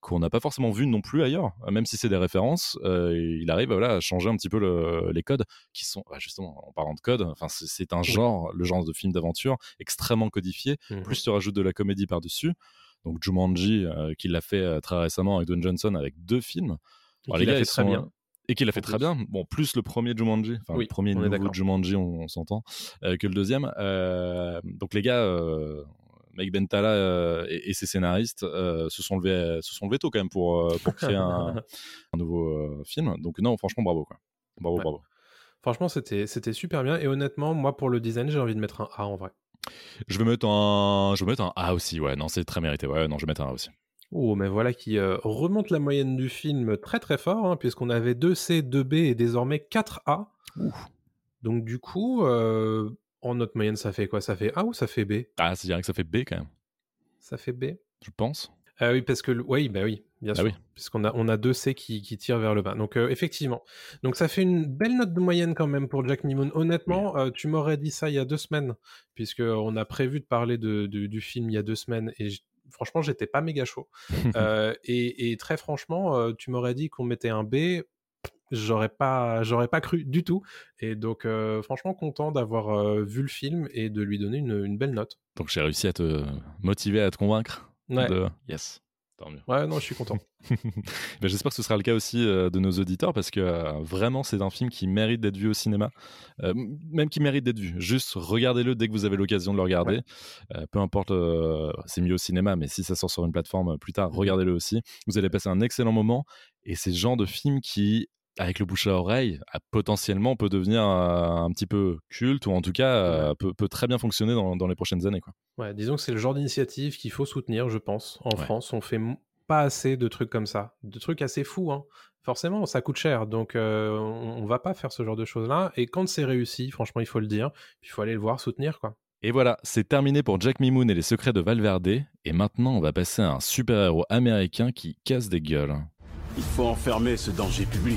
qu'on n'a pas forcément vu non plus ailleurs, même si c'est des références, euh, il arrive voilà, à changer un petit peu le, les codes qui sont, bah, justement, en parlant de codes, enfin, c'est, c'est un genre, le genre de film d'aventure extrêmement codifié, mmh. plus tu rajoutes de la comédie par-dessus, donc Jumanji, euh, qui l'a fait euh, très récemment avec Dwayne Johnson, avec deux films. Et qu'il l'a fait très bien. Et qu'il a fait très bien, bon, plus le premier Jumanji, enfin oui, le premier nouveau Jumanji, on, on s'entend, euh, que le deuxième. Euh, donc les gars, euh, Mike Bentala euh, et, et ses scénaristes euh, se sont levés, se sont levés tôt quand même pour euh, pour créer un, un nouveau euh, film. Donc non, franchement, bravo quoi, bravo, ouais. bravo. Franchement, c'était c'était super bien. Et honnêtement, moi pour le design, j'ai envie de mettre un A en vrai. Je vais mettre un, je vais mettre un A aussi, ouais. Non, c'est très mérité, ouais. Non, je vais mettre un A aussi. Oh, mais voilà qui euh, remonte la moyenne du film très très fort, hein, puisqu'on avait deux C, deux B et désormais quatre A. Ouh. Donc du coup, euh, en notre moyenne, ça fait quoi? Ça fait A ou ça fait B? Ah, c'est dire que ça fait B quand même. Ça fait B? Je pense. Ah oui, parce que oui, bah oui, bien ah sûr, oui. puisqu'on a on a deux C qui, qui tirent vers le bas. Donc euh, effectivement, donc ça fait une belle note de moyenne quand même pour Jack Mimoun. Honnêtement, oui. euh, tu m'aurais dit ça il y a deux semaines, puisque on a prévu de parler de, de, du film il y a deux semaines et j- franchement, j'étais pas méga chaud. euh, et, et très franchement, euh, tu m'aurais dit qu'on mettait un B. J'aurais pas, j'aurais pas cru du tout. Et donc, euh, franchement, content d'avoir euh, vu le film et de lui donner une, une belle note. Donc, j'ai réussi à te motiver, à te convaincre. Ouais. De... Yes. Tant mieux. Ouais, non, je suis content. Mais j'espère que ce sera le cas aussi euh, de nos auditeurs parce que euh, vraiment, c'est un film qui mérite d'être vu au cinéma. Euh, même qui mérite d'être vu. Juste regardez-le dès que vous avez l'occasion de le regarder. Ouais. Euh, peu importe, euh, c'est mieux au cinéma, mais si ça sort sur une plateforme plus tard, mmh. regardez-le aussi. Vous allez passer un excellent moment. Et c'est le genre de film qui, avec le bouche à oreille, potentiellement peut devenir euh, un petit peu culte ou en tout cas euh, ouais. peut, peut très bien fonctionner dans, dans les prochaines années, quoi. Ouais, disons que c'est le genre d'initiative qu'il faut soutenir, je pense. En ouais. France, on fait m- pas assez de trucs comme ça, de trucs assez fous, hein. Forcément, ça coûte cher, donc euh, on, on va pas faire ce genre de choses-là. Et quand c'est réussi, franchement, il faut le dire, il faut aller le voir, soutenir, quoi. Et voilà, c'est terminé pour Jack Mimoun et les secrets de Valverde. Et maintenant, on va passer à un super-héros américain qui casse des gueules. Il faut enfermer ce danger public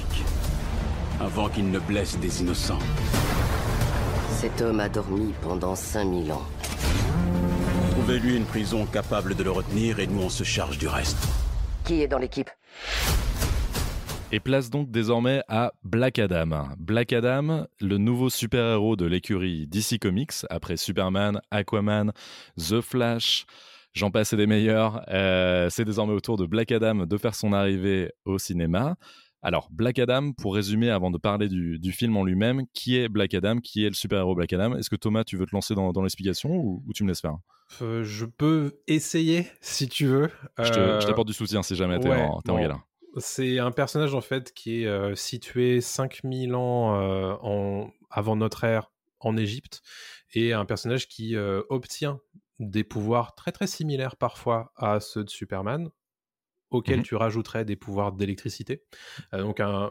avant qu'il ne blesse des innocents. Cet homme a dormi pendant cinq mille ans. Trouvez-lui une prison capable de le retenir et nous on se charge du reste. Qui est dans l'équipe ? Et place donc désormais à Black Adam. Black Adam, le nouveau super-héros de l'écurie D C Comics, après Superman, Aquaman, The Flash... J'en passe et des meilleurs. Euh, c'est désormais au tour de Black Adam de faire son arrivée au cinéma. Alors, Black Adam, pour résumer, avant de parler du, du film en lui-même, qui est Black Adam ? Qui est le super-héros Black Adam ? Est-ce que Thomas, tu veux te lancer dans, dans l'explication ou, ou tu me laisses faire ? euh, Je peux essayer, si tu veux. Je, te, euh... je t'apporte du soutien si jamais t'es, ouais, en, t'es bon. en galère. C'est un personnage, en fait, qui est euh, situé cinq mille ans euh, en... avant notre ère en Égypte, et un personnage qui euh, obtient des pouvoirs très très similaires parfois à ceux de Superman, auxquels mmh. tu rajouterais des pouvoirs d'électricité. Euh, donc un,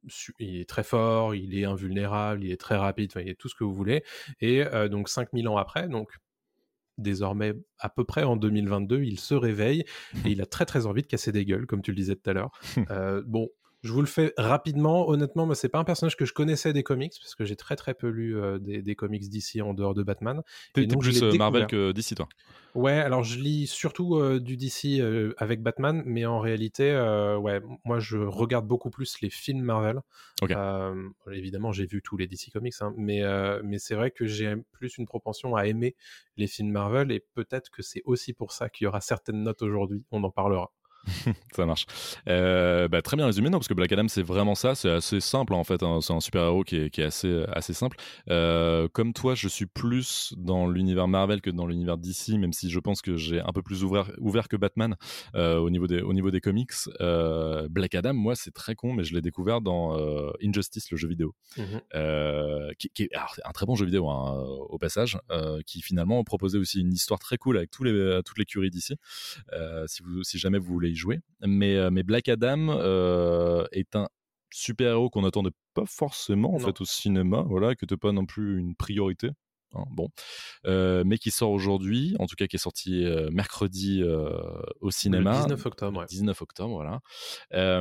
il est très fort, il est invulnérable, il est très rapide, enfin il est tout ce que vous voulez. Et euh, donc cinq mille ans après, donc désormais à peu près en deux mille vingt-deux, il se réveille et il a très très envie de casser des gueules, comme tu le disais tout à l'heure. euh, bon. Je vous le fais rapidement. Honnêtement, moi, c'est pas un personnage que je connaissais des comics, parce que j'ai très très peu lu euh, des, des comics D C en dehors de Batman. T'es, t'es plus euh, Marvel que D C, toi ? Ouais, alors je lis surtout euh, du D C euh, avec Batman, mais en réalité, euh, ouais, moi je regarde beaucoup plus les films Marvel. Okay. Euh, évidemment, j'ai vu tous les D C Comics, hein, mais, euh, mais c'est vrai que j'ai plus une propension à aimer les films Marvel, et peut-être que c'est aussi pour ça qu'il y aura certaines notes aujourd'hui, on en parlera. Ça marche. Euh, bah, très bien résumé, non, parce que Black Adam, c'est vraiment ça, c'est assez simple en fait, hein. C'est un super-héros qui est, qui est assez, assez simple. Euh, comme toi, je suis plus dans l'univers Marvel que dans l'univers D C, même si je pense que j'ai un peu plus ouvert, ouvert que Batman euh, au, niveau des, au niveau des comics. Euh, Black Adam, moi, c'est très con, mais je l'ai découvert dans euh, Injustice, le jeu vidéo, mmh. euh, qui, qui est alors, un très bon jeu vidéo hein, au passage, euh, qui finalement proposait aussi une histoire très cool avec tous les, toutes les curies d'ici. Euh, si, vous, si jamais vous voulez y jouer. Mais, euh, mais Black Adam euh, est un super-héros qu'on n'attendait pas forcément en fait, au cinéma, voilà, que t'es pas non plus une priorité. Hein, bon. euh, mais qui sort aujourd'hui, en tout cas qui est sorti euh, mercredi euh, au cinéma. Le dix-neuf octobre. Ouais. dix-neuf octobre, voilà. Euh,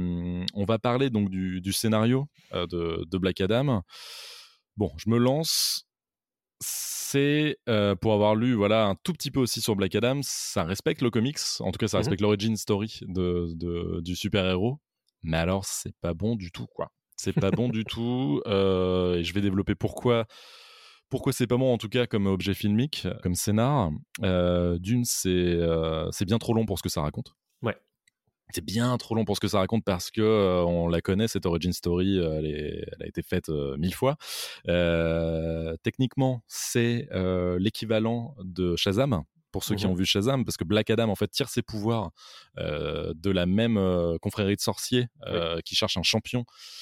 on va parler donc du, du scénario euh, de, de Black Adam. Bon, je me lance. c'est, euh, pour avoir lu voilà, un tout petit peu aussi sur Black Adam, ça respecte le comics, en tout cas ça respecte mm-hmm. l'origin story de, de, du super-héros, mais alors c'est pas bon du tout, quoi. C'est pas bon du tout, euh, et je vais développer pourquoi... Pourquoi c'est pas bon, en tout cas, comme objet filmique, comme scénar. Euh, d'une, c'est, euh, c'est bien trop long pour ce que ça raconte. Ouais. C'est bien trop long pour ce que ça raconte parce que euh, on la connaît, cette origin story, euh, elle, est, elle a été faite euh, mille fois. Euh, techniquement, c'est euh, l'équivalent de Shazam, pour ceux mmh. qui ont vu Shazam, parce que Black Adam en fait tire ses pouvoirs euh, de la même euh, confrérie de sorciers euh, oui. qui cherche un champion.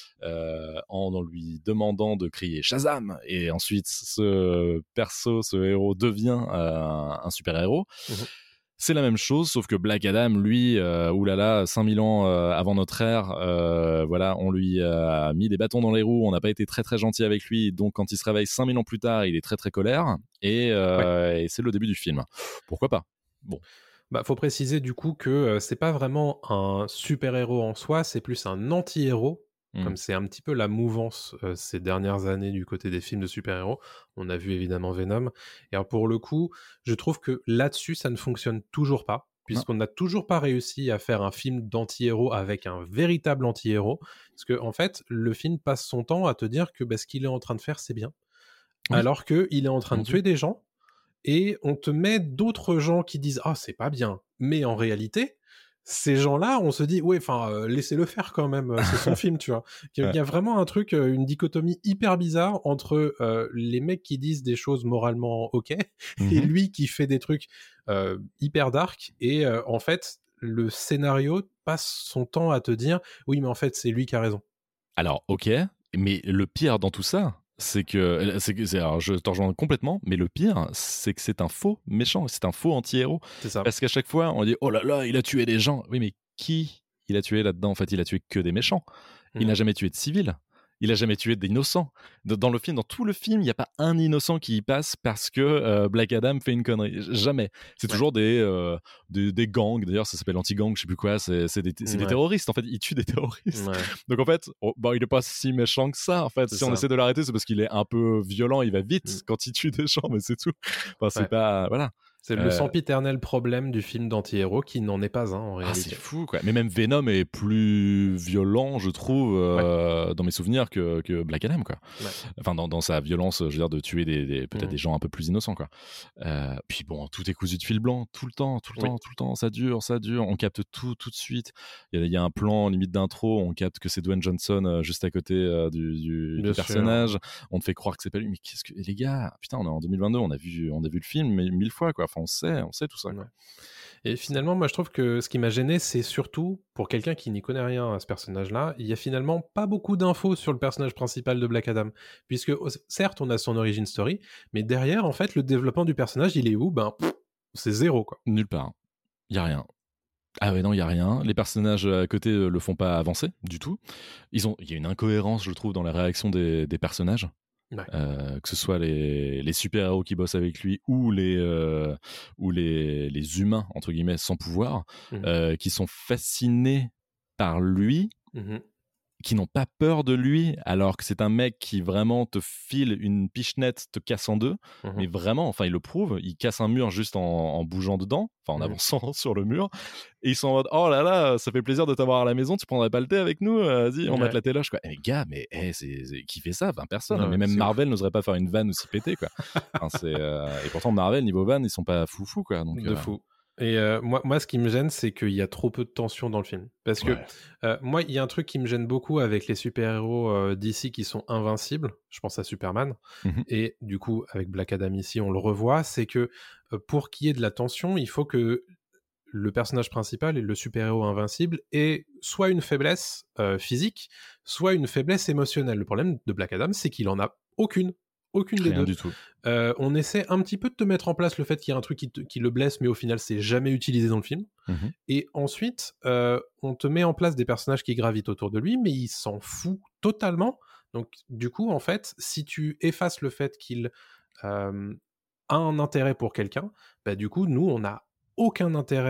Euh, en lui demandant de crier Shazam, et ensuite ce perso, ce héros devient euh, un super-héros. Mmh. C'est la même chose, sauf que Black Adam, lui, euh, oulala, cinq mille ans euh, avant notre ère, euh, voilà, on lui a mis des bâtons dans les roues, on n'a pas été très très gentil avec lui, donc quand il se réveille cinq mille ans plus tard, il est très très colère, et, euh, ouais. et c'est le début du film. Pourquoi pas ? Bon. Bah, faut préciser du coup que euh, c'est pas vraiment un super-héros en soi, c'est plus un anti-héros. Comme c'est un petit peu la mouvance euh, ces dernières années du côté des films de super-héros. On a vu évidemment Venom. Et alors pour le coup, je trouve que là-dessus, ça ne fonctionne toujours pas, puisqu'on n'a toujours pas réussi à faire un film d'anti-héros avec un véritable anti-héros. Parce qu'en en fait, le film passe son temps à te dire que bah, ce qu'il est en train de faire, c'est bien. Oui. Alors qu'il est en train de tuer des gens, et on te met d'autres gens qui disent « Ah, c'est pas bien ». Mais en réalité... ces gens-là, on se dit, ouais, enfin, euh, laissez-le faire quand même, euh, c'est son film, tu vois. Il y, a, ouais. il y a vraiment un truc, euh, une dichotomie hyper bizarre entre euh, les mecs qui disent des choses moralement ok, mm-hmm. et lui qui fait des trucs euh, hyper dark, et euh, en fait, le scénario passe son temps à te dire, oui, mais en fait, c'est lui qui a raison. Alors, ok, mais le pire dans tout ça, c'est que, c'est que c'est, alors je t'en rejoins complètement, mais le pire, c'est que c'est un faux méchant, c'est un faux anti-héros. C'est ça. Parce qu'à chaque fois, on dit, oh là là, il a tué des gens. Oui, mais qui il a tué là-dedans ? En fait, il a tué que des méchants. Il mmh. n'a jamais tué de civils. Il a jamais tué d'innocents. Dans le film, dans tout le film, il n'y a pas un innocent qui y passe parce que euh, Black Adam fait une connerie. Jamais. C'est ouais. toujours des, euh, des, des gangs. D'ailleurs, ça s'appelle anti-gang, je sais plus quoi. C'est, c'est, des, c'est ouais. des terroristes. En fait, il tue des terroristes. Ouais. Donc en fait, oh, bah, il est pas si méchant que ça. En fait, c'est si ça. On essaie de l'arrêter, c'est parce qu'il est un peu violent. Il va vite mmh. quand il tue des gens, mais c'est tout. Enfin, c'est ouais. pas voilà. C'est le euh... sempiternel problème du film d'anti-héros qui n'en est pas un en réalité. Ah, c'est fou, quoi. Mais même Venom est plus violent, je trouve, euh, ouais. dans mes souvenirs que, que Black Adam, quoi. Ouais. Enfin, dans, dans sa violence, je veux dire, de tuer des, des, peut-être mmh. des gens un peu plus innocents, quoi. Euh, puis bon, tout est cousu de fil blanc, tout le temps, tout le oui. temps, tout le temps. Ça dure, ça dure. On capte tout, tout de suite. Il y a, il y a un plan limite d'intro, on capte que c'est Dwayne Johnson euh, juste à côté euh, du, du, du personnage. On te fait croire que c'est pas lui. Mais qu'est-ce que, et les gars, putain, on est en deux mille vingt-deux, on a vu, on a vu le film mais mille fois, quoi. On sait, on sait tout ça. Quoi. Et finalement, moi, je trouve que ce qui m'a gêné, c'est surtout, pour quelqu'un qui n'y connaît rien à ce personnage-là, il y a finalement pas beaucoup d'infos sur le personnage principal de Black Adam. Puisque, certes, on a son origin story, mais derrière, en fait, le développement du personnage, il est où ? Ben, pff, c'est zéro, quoi. Nulle part. Il y a rien. Ah ouais, non, il y a rien. Les personnages à côté euh, le font pas avancer, du tout. Ils ont... Il y a une incohérence, je trouve, dans la réaction des, des personnages. Ouais. Euh, que ce soit les, les super-héros qui bossent avec lui ou les, euh, ou les, les humains, entre guillemets, sans pouvoir, mmh. euh, qui sont fascinés par lui, mmh. qui n'ont pas peur de lui, alors que c'est un mec qui vraiment te file une pichenette, te casse en deux, mmh. mais vraiment, enfin il le prouve, il casse un mur juste en, en bougeant dedans, enfin en mmh. avançant sur le mur, et ils sont en mode, oh là là, ça fait plaisir de t'avoir à la maison, tu prendrais pas le thé avec nous, vas-y, on ouais. va te la téloche, quoi. Et les gars, mais hey, c'est, c'est, qui fait ça ? vingt personnes, ouais, mais même Marvel ouf. N'oserait pas faire une vanne aussi pétée, quoi. Enfin, c'est, euh... et pourtant Marvel, niveau vanne, ils sont pas foufou, quoi. Donc, de euh... fou. Et euh, moi, moi, ce qui me gêne, c'est qu'il y a trop peu de tension dans le film. Parce que ouais. euh, moi, il y a un truc qui me gêne beaucoup avec les super-héros euh, D C qui sont invincibles. Je pense à Superman. Mm-hmm. Et du coup, avec Black Adam ici, on le revoit. C'est que euh, pour qu'il y ait de la tension, il faut que le personnage principal et le super-héros invincible ait soit une faiblesse euh, physique, soit une faiblesse émotionnelle. Le problème de Black Adam, c'est qu'il en a aucune. Aucune des Rien deux. Du tout. Euh, on essaie un petit peu de te mettre en place le fait qu'il y a un truc qui, te, qui le blesse, mais au final, c'est jamais utilisé dans le film. Mm-hmm. Et ensuite, euh, on te met en place des personnages qui gravitent autour de lui, mais il s'en fout totalement. Donc, du coup, en fait, si tu effaces le fait qu'il euh, a un intérêt pour quelqu'un, bah, du coup, nous, on n'a aucun intérêt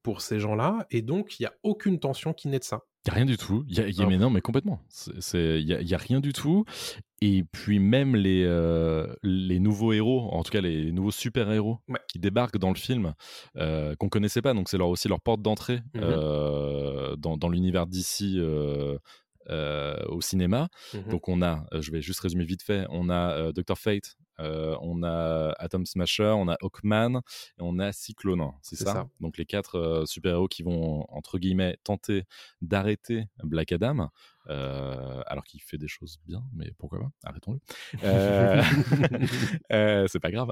pour ces gens-là, et donc il n'y a aucune tension qui naît de ça. Il n'y a rien du tout. Il y a, y a, mais non, mais complètement. Il n'y a, y a rien du tout. Et puis même les, euh, les nouveaux héros, en tout cas les nouveaux super-héros ouais. qui débarquent dans le film, euh, qu'on ne connaissait pas, donc c'est leur, aussi leur porte d'entrée mm-hmm. euh, dans, dans l'univers d'ici euh, euh, au cinéma. Mm-hmm. Donc on a, je vais juste résumer vite fait, on a euh, docteur Fate, Euh, on a Atom Smasher, on a Hawkman et on a Cyclone, c'est, c'est ça, ça donc les quatre euh, super-héros qui vont entre guillemets tenter d'arrêter Black Adam euh, alors qu'il fait des choses bien, mais pourquoi pas, arrêtons-le. euh, euh, c'est pas grave,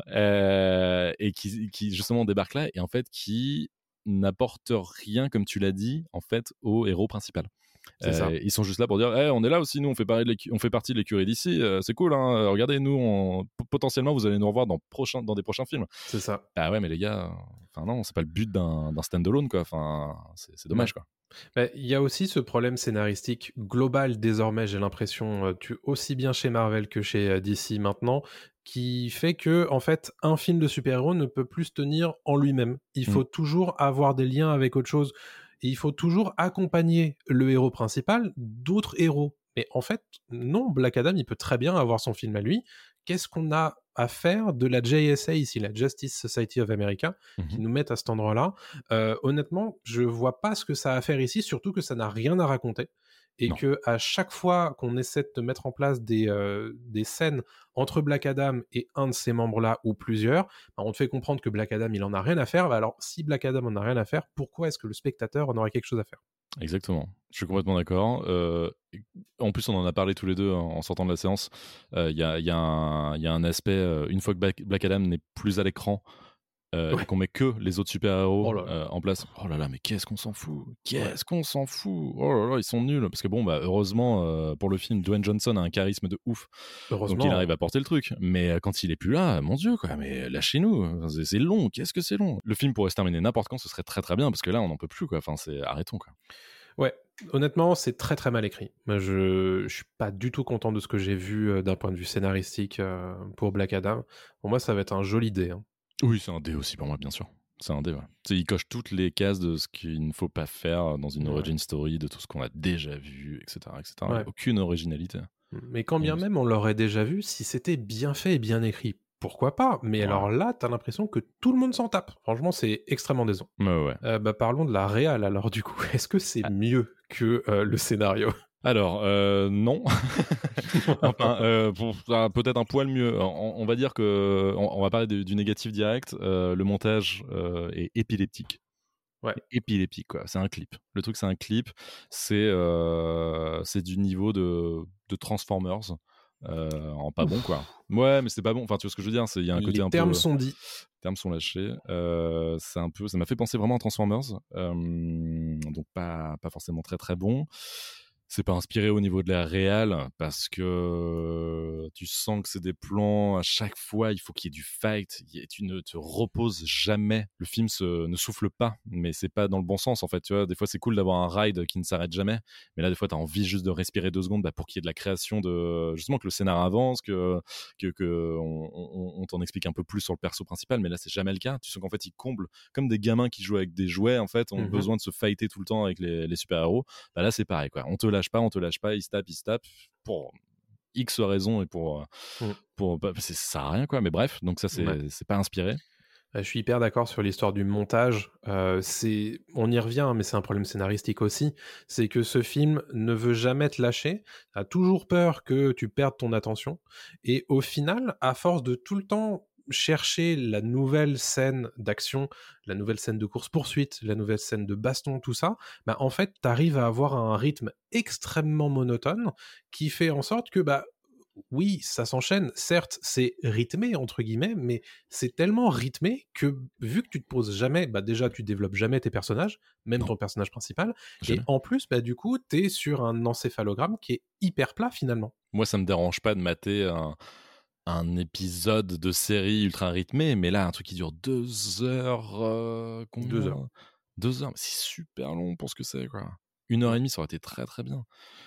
euh, et qui, qui justement débarque là et en fait qui n'apporte rien, comme tu l'as dit, en fait au héros principal. Euh, ils sont juste là pour dire hey, on est là aussi, nous on fait, pareil, on fait partie de l'écurie d'ici, euh, c'est cool, hein, regardez, nous on... potentiellement vous allez nous revoir dans, prochain... dans des prochains films. C'est ça. Ah ouais, mais les gars, enfin non, c'est pas le but d'un, d'un stand-alone, quoi. Enfin, c'est, c'est dommage, quoi. Il y a aussi ce problème scénaristique global désormais, j'ai l'impression, tu, aussi bien chez Marvel que chez D C maintenant, qui fait que en fait un film de super-héros ne peut plus se tenir en lui-même. Il faut mmh. toujours avoir des liens avec autre chose. Et il faut toujours accompagner le héros principal d'autres héros. Mais en fait, non, Black Adam, il peut très bien avoir son film à lui. Qu'est-ce qu'on a à faire de la J S A ici, la Justice Society of America, mm-hmm. qui nous met à cet endroit-là? euh, Honnêtement, je vois pas ce que ça a à faire ici, surtout que ça n'a rien à raconter. Et non. que à chaque fois qu'on essaie de mettre en place des, euh, des scènes entre Black Adam et un de ces membres-là, ou plusieurs, bah on te fait comprendre que Black Adam, il en a rien à faire. Bah alors, si Black Adam en a rien à faire, pourquoi est-ce que le spectateur en aurait quelque chose à faire? Exactement, je suis complètement d'accord. Euh, en plus, on en a parlé tous les deux en sortant de la séance. Il euh, y, a, y, y a un aspect, euh, une fois que Black, Black Adam n'est plus à l'écran, Euh, ouais. et qu'on met que les autres super-héros oh euh, en place. Oh là là, mais qu'est-ce qu'on s'en fout? Qu'est-ce ouais. qu'on s'en fout? Oh là là, ils sont nuls. Parce que bon, bah, heureusement, euh, pour le film, Dwayne Johnson a un charisme de ouf. Donc il arrive à porter le truc. Mais euh, quand il est plus là, mon Dieu, quoi, mais lâchez-nous. C'est, c'est long. Qu'est-ce que c'est long? Le film pourrait se terminer n'importe quand, ce serait très très bien, parce que là, on n'en peut plus, quoi. Enfin, c'est... arrêtons, quoi. Ouais, honnêtement, c'est très très mal écrit. Je, je suis pas du tout content de ce que j'ai vu euh, d'un point de vue scénaristique euh, pour Black Adam. Pour moi, ça va être un joli dé. Hein. Oui, c'est un dé aussi pour moi, bien sûr. C'est un dé, ouais. Il coche toutes les cases de ce qu'il ne faut pas faire dans une ouais. origin story, de tout ce qu'on a déjà vu, et cetera et cetera. Ouais. Aucune originalité. Mais quand bien même on l'aurait déjà vu, si c'était bien fait et bien écrit, pourquoi pas? Mais ouais. alors là, t'as l'impression que tout le monde s'en tape. Franchement, c'est extrêmement décevant. Ouais, ouais. Euh, bah, parlons de la réal, alors du coup. Est-ce que c'est ah. mieux que euh, le scénario? Alors, euh, non. enfin, euh, pour, euh, peut-être un poil mieux. On, on va dire que, on, on va parler de, du négatif direct. Euh, le montage euh, est épileptique. Ouais. Épileptique, quoi. C'est un clip. Le truc, c'est un clip. C'est, euh, c'est du niveau de, de Transformers. Euh, en pas Ouf. Bon, quoi. Ouais, mais c'est pas bon. Enfin, tu vois ce que je veux dire? Il y a un côté Les un peu. Les termes peu. sont dits. Les termes sont lâchés. Euh, c'est un peu. Ça m'a fait penser vraiment à Transformers. Euh, donc pas, pas forcément très très bon. C'est pas inspiré au niveau de la réal parce que tu sens que c'est des plans à chaque fois, il faut qu'il y ait du fight, tu ne te reposes jamais. Le film se, ne souffle pas, mais c'est pas dans le bon sens en fait. Tu vois, des fois c'est cool d'avoir un ride qui ne s'arrête jamais, mais là des fois t'as envie juste de respirer deux secondes bah, pour qu'il y ait de la création, de justement que le scénar avance, que que, que on, on, on t'en explique un peu plus sur le perso principal, mais là c'est jamais le cas. Tu sens qu'en fait ils comblent comme des gamins qui jouent avec des jouets en fait, ont mm-hmm. besoin de se fighter tout le temps avec les, les super héros. Bah là c'est pareil quoi. On te lâche pas, on te lâche pas, il se tape, il se tape pour X raisons et pour, mmh. pour bah, c'est, ça sert à rien quoi, mais bref, donc ça c'est, ouais. c'est pas inspiré. Je suis hyper d'accord sur l'histoire du montage. Euh, c'est, on y revient, mais c'est un problème scénaristique aussi. C'est que ce film ne veut jamais te lâcher. T'as toujours peur que tu perdes ton attention. Et au final, à force de tout le temps chercher la nouvelle scène d'action, la nouvelle scène de course-poursuite, la nouvelle scène de baston, tout ça, bah en fait, t'arrives à avoir un rythme extrêmement monotone qui fait en sorte que, bah, oui, ça s'enchaîne. Certes, c'est rythmé, entre guillemets, mais c'est tellement rythmé que, vu que tu te poses jamais, bah déjà, tu développes jamais tes personnages, même non. ton personnage principal, jamais. Et en plus, bah du coup, t'es sur un encéphalogramme qui est hyper plat, finalement. Moi, ça me dérange pas de mater un... un épisode de série ultra rythmé, mais là, un truc qui dure deux heures... Euh, combien Deux heures. Deux heures, mais c'est super long pour ce que c'est, quoi. Une heure et demie, ça aurait été très, très bien. Ouais.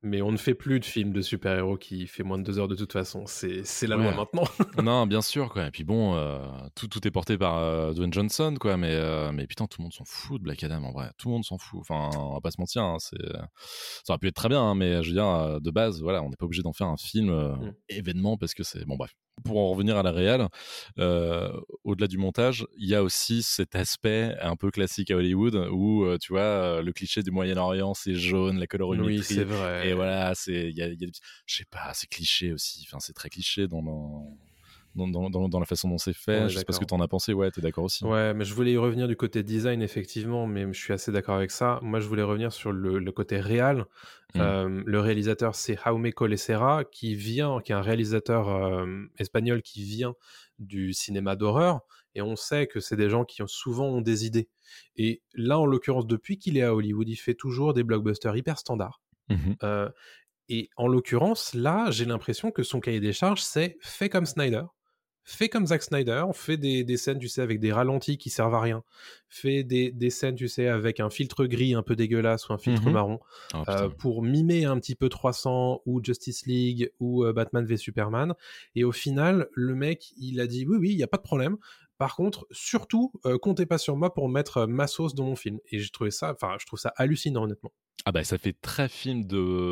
Mais on ne fait plus de films de super-héros qui fait moins de deux heures de toute façon. C'est, c'est la ouais. loi maintenant. Non, bien sûr. Quoi. Et puis bon, euh, tout, tout est porté par euh, Dwayne Johnson. Quoi. Mais, euh, mais putain, tout le monde s'en fout de Black Adam en vrai. Tout le monde s'en fout. Enfin, on va pas se mentir. Hein, c'est... Ça aurait pu être très bien. Hein, mais je veux dire, de base, voilà, on n'est pas obligé d'en faire un film euh, mm. événement parce que c'est. Bon, bref. Pour en revenir à la réal, euh, au-delà du montage, il y a aussi cet aspect un peu classique à Hollywood où, euh, tu vois, le cliché du Moyen-Orient, c'est jaune, la colorimétrie. Oui, c'est vrai. Et voilà, c'est, il y a, y a des petits, je sais pas, c'est cliché aussi. Enfin, c'est très cliché dans, dans, dans, dans, dans la façon dont c'est fait. Ouais, je sais pas ce que t'en as pensé. Ouais, t'es d'accord aussi. Ouais, mais je voulais y revenir du côté design, effectivement, mais je suis assez d'accord avec ça. Moi, je voulais revenir sur le, le côté réal. Mmh. Euh, le réalisateur, c'est Jaume Collet-Serra, qui vient, qui est un réalisateur euh, espagnol qui vient du cinéma d'horreur. Et on sait que c'est des gens qui ont souvent ont des idées. Et là, en l'occurrence, depuis qu'il est à Hollywood, il fait toujours des blockbusters hyper standards. Mmh. Euh, et en l'occurrence, là, j'ai l'impression que son cahier des charges, c'est fait comme Snyder. Fais comme Zack Snyder, fais des, des scènes, tu sais, avec des ralentis qui servent à rien. Fais des, des scènes, tu sais, avec un filtre gris un peu dégueulasse ou un filtre mm-hmm. marron oh, euh, pour mimer un petit peu trois cents ou Justice League ou euh, Batman v Superman. Et au final, le mec, il a dit oui, oui, il n'y a pas de problème. Par contre, surtout, euh, comptez pas sur moi pour mettre ma sauce dans mon film. Et j'ai trouvé ça, enfin, je trouve ça hallucinant, honnêtement. Ah bah ça fait très film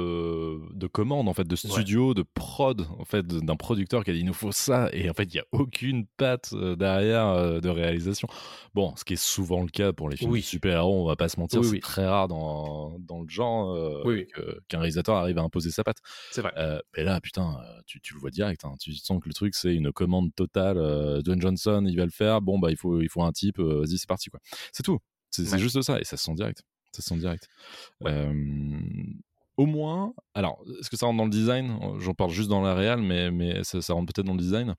de, de commande, en fait, de studio, ouais. de prod, en fait, d'un producteur qui a dit il nous faut ça, et en fait il n'y a aucune patte derrière euh, de réalisation. Bon, ce qui est souvent le cas pour les films oui. de super-héros, on va pas se mentir, oui, c'est oui. très rare dans, dans le genre euh, oui, oui. Que, qu'un réalisateur arrive à imposer sa patte. C'est vrai. Euh, et là, putain, tu, tu le vois direct, hein, tu sens que le truc c'est une commande totale, euh, Dwayne Johnson, il va le faire, bon bah il faut, il faut un type, euh, vas-y c'est parti quoi. C'est tout, c'est, ouais. c'est juste ça, et ça se sent direct. Ça se sent direct. Ouais. Euh, au moins, alors, est-ce que ça rentre dans le design ? J'en parle juste dans la réal, mais, mais ça, ça rentre peut-être dans le design.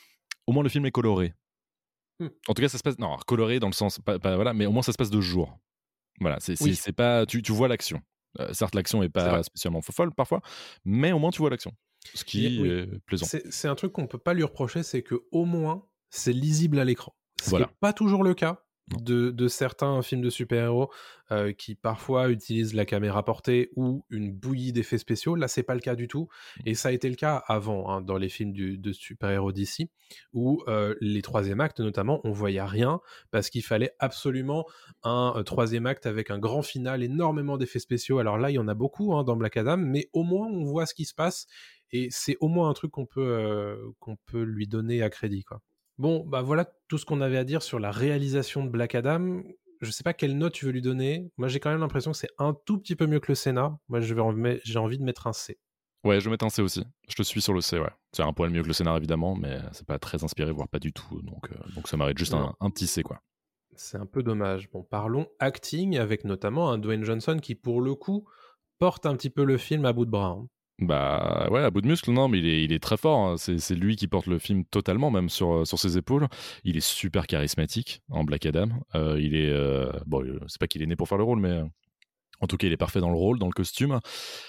Au moins, le film est coloré. Mm. En tout cas, ça se passe. Non, coloré dans le sens. Pas, pas, voilà, mais au moins, ça se passe de jour. Voilà, c'est, oui. c'est, c'est pas. Tu, tu vois l'action. Euh, certes, l'action n'est pas spécialement folle parfois, mais au moins, tu vois l'action. Ce qui oui. est plaisant. C'est, c'est un truc qu'on peut pas lui reprocher, c'est qu'au moins, c'est lisible à l'écran. Ce voilà. qui n'est pas toujours le cas. De, de certains films de super-héros euh, qui parfois utilisent la caméra portée ou une bouillie d'effets spéciaux. Là, c'est pas le cas du tout. Et ça a été le cas avant, hein, dans les films du, de super-héros D C, où euh, les troisième actes, notamment, on voyait rien parce qu'il fallait absolument un euh, troisième acte avec un grand final, énormément d'effets spéciaux. Alors là, il y en a beaucoup hein, dans Black Adam, mais au moins, on voit ce qui se passe et c'est au moins un truc qu'on peut, euh, qu'on peut lui donner à crédit, quoi. Bon, bah voilà tout ce qu'on avait à dire sur la réalisation de Black Adam. Je sais pas quelle note tu veux lui donner. Moi, j'ai quand même l'impression que c'est un tout petit peu mieux que le Sénat. Moi, je vais en met... j'ai envie de mettre un C. Ouais, je vais mettre un C aussi. Je te suis sur le C, ouais. C'est un poil mieux que le scénar, évidemment, mais c'est pas très inspiré, voire pas du tout. Donc, euh, donc ça m'arrête juste un, un petit C, quoi. C'est un peu dommage. Bon, parlons acting, avec notamment un Dwayne Johnson qui, pour le coup, porte un petit peu le film à bout de bras. Hein. Bah ouais, à bout de muscle, non, mais il est, il est très fort. Hein. C'est, c'est lui qui porte le film totalement, même sur, sur ses épaules. Il est super charismatique en Black Adam. Euh, il est, euh, bon, c'est pas qu'il est né pour faire le rôle, mais euh, en tout cas, il est parfait dans le rôle, dans le costume.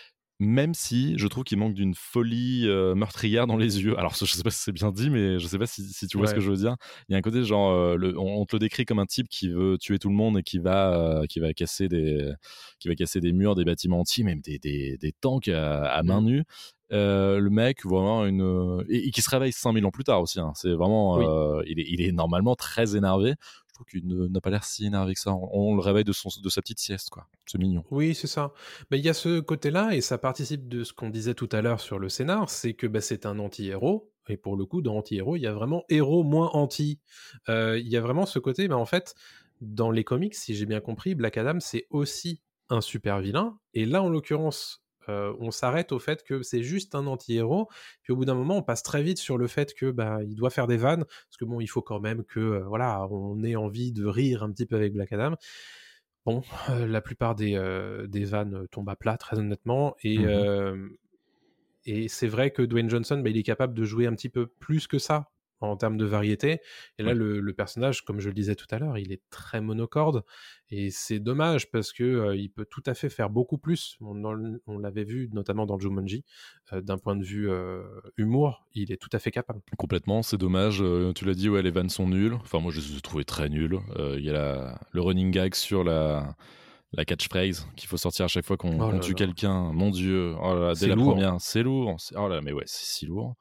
Même si je trouve qu'il manque d'une folie euh, meurtrière dans les yeux. Alors, je sais pas si c'est bien dit, mais je sais pas si, si tu vois ouais. ce que je veux dire. Il y a un côté genre, euh, le, on, on te le décrit comme un type qui veut tuer tout le monde et qui va, euh, qui va casser des, qui va casser des murs, des bâtiments entiers, même des, des, des tanks à, à main nue. Euh, le mec, vraiment une, et, et qui se réveille cinq mille ans plus tard aussi. Hein. C'est vraiment, oui. euh, il est, il est normalement très énervé. Qu'il n'a pas l'air si énervé que ça. On, on le réveille de, son, de sa petite sieste, quoi. C'est mignon. Oui, c'est ça. Mais il y a ce côté-là, et ça participe de ce qu'on disait tout à l'heure sur le scénar, c'est que bah, c'est un anti-héros, et pour le coup, dans anti-héros, il y a vraiment héros moins anti. Euh, il y a vraiment ce côté, bah, en fait, dans les comics, si j'ai bien compris, Black Adam, c'est aussi un super vilain, et là, en l'occurrence, Euh, on s'arrête au fait que c'est juste un anti-héros, puis au bout d'un moment on passe très vite sur le fait que bah il doit faire des vannes, parce que bon il faut quand même que euh, voilà on ait envie de rire un petit peu avec Black Adam. Bon, euh, la plupart des, euh, des vannes tombent à plat très honnêtement, et, mmh. euh, et c'est vrai que Dwayne Johnson bah, il est capable de jouer un petit peu plus que ça en termes de variété, et là ouais. le, le personnage, comme je le disais tout à l'heure, il est très monocorde, et c'est dommage parce que euh, il peut tout à fait faire beaucoup plus. On, on l'avait vu notamment dans Jumanji, euh, d'un point de vue euh, humour, il est tout à fait capable. Complètement, c'est dommage, euh, tu l'as dit, ouais, les vannes sont nulles, enfin moi je les ai trouvées très nulles, il euh, y a la, le running gag sur la... La catchphrase qu'il faut sortir à chaque fois qu'on, Oh qu'on là tue là. quelqu'un. Mon Dieu, oh là là, dès C'est la lourd. première, c'est lourd. C'est- Oh là, là, mais ouais, c'est si lourd.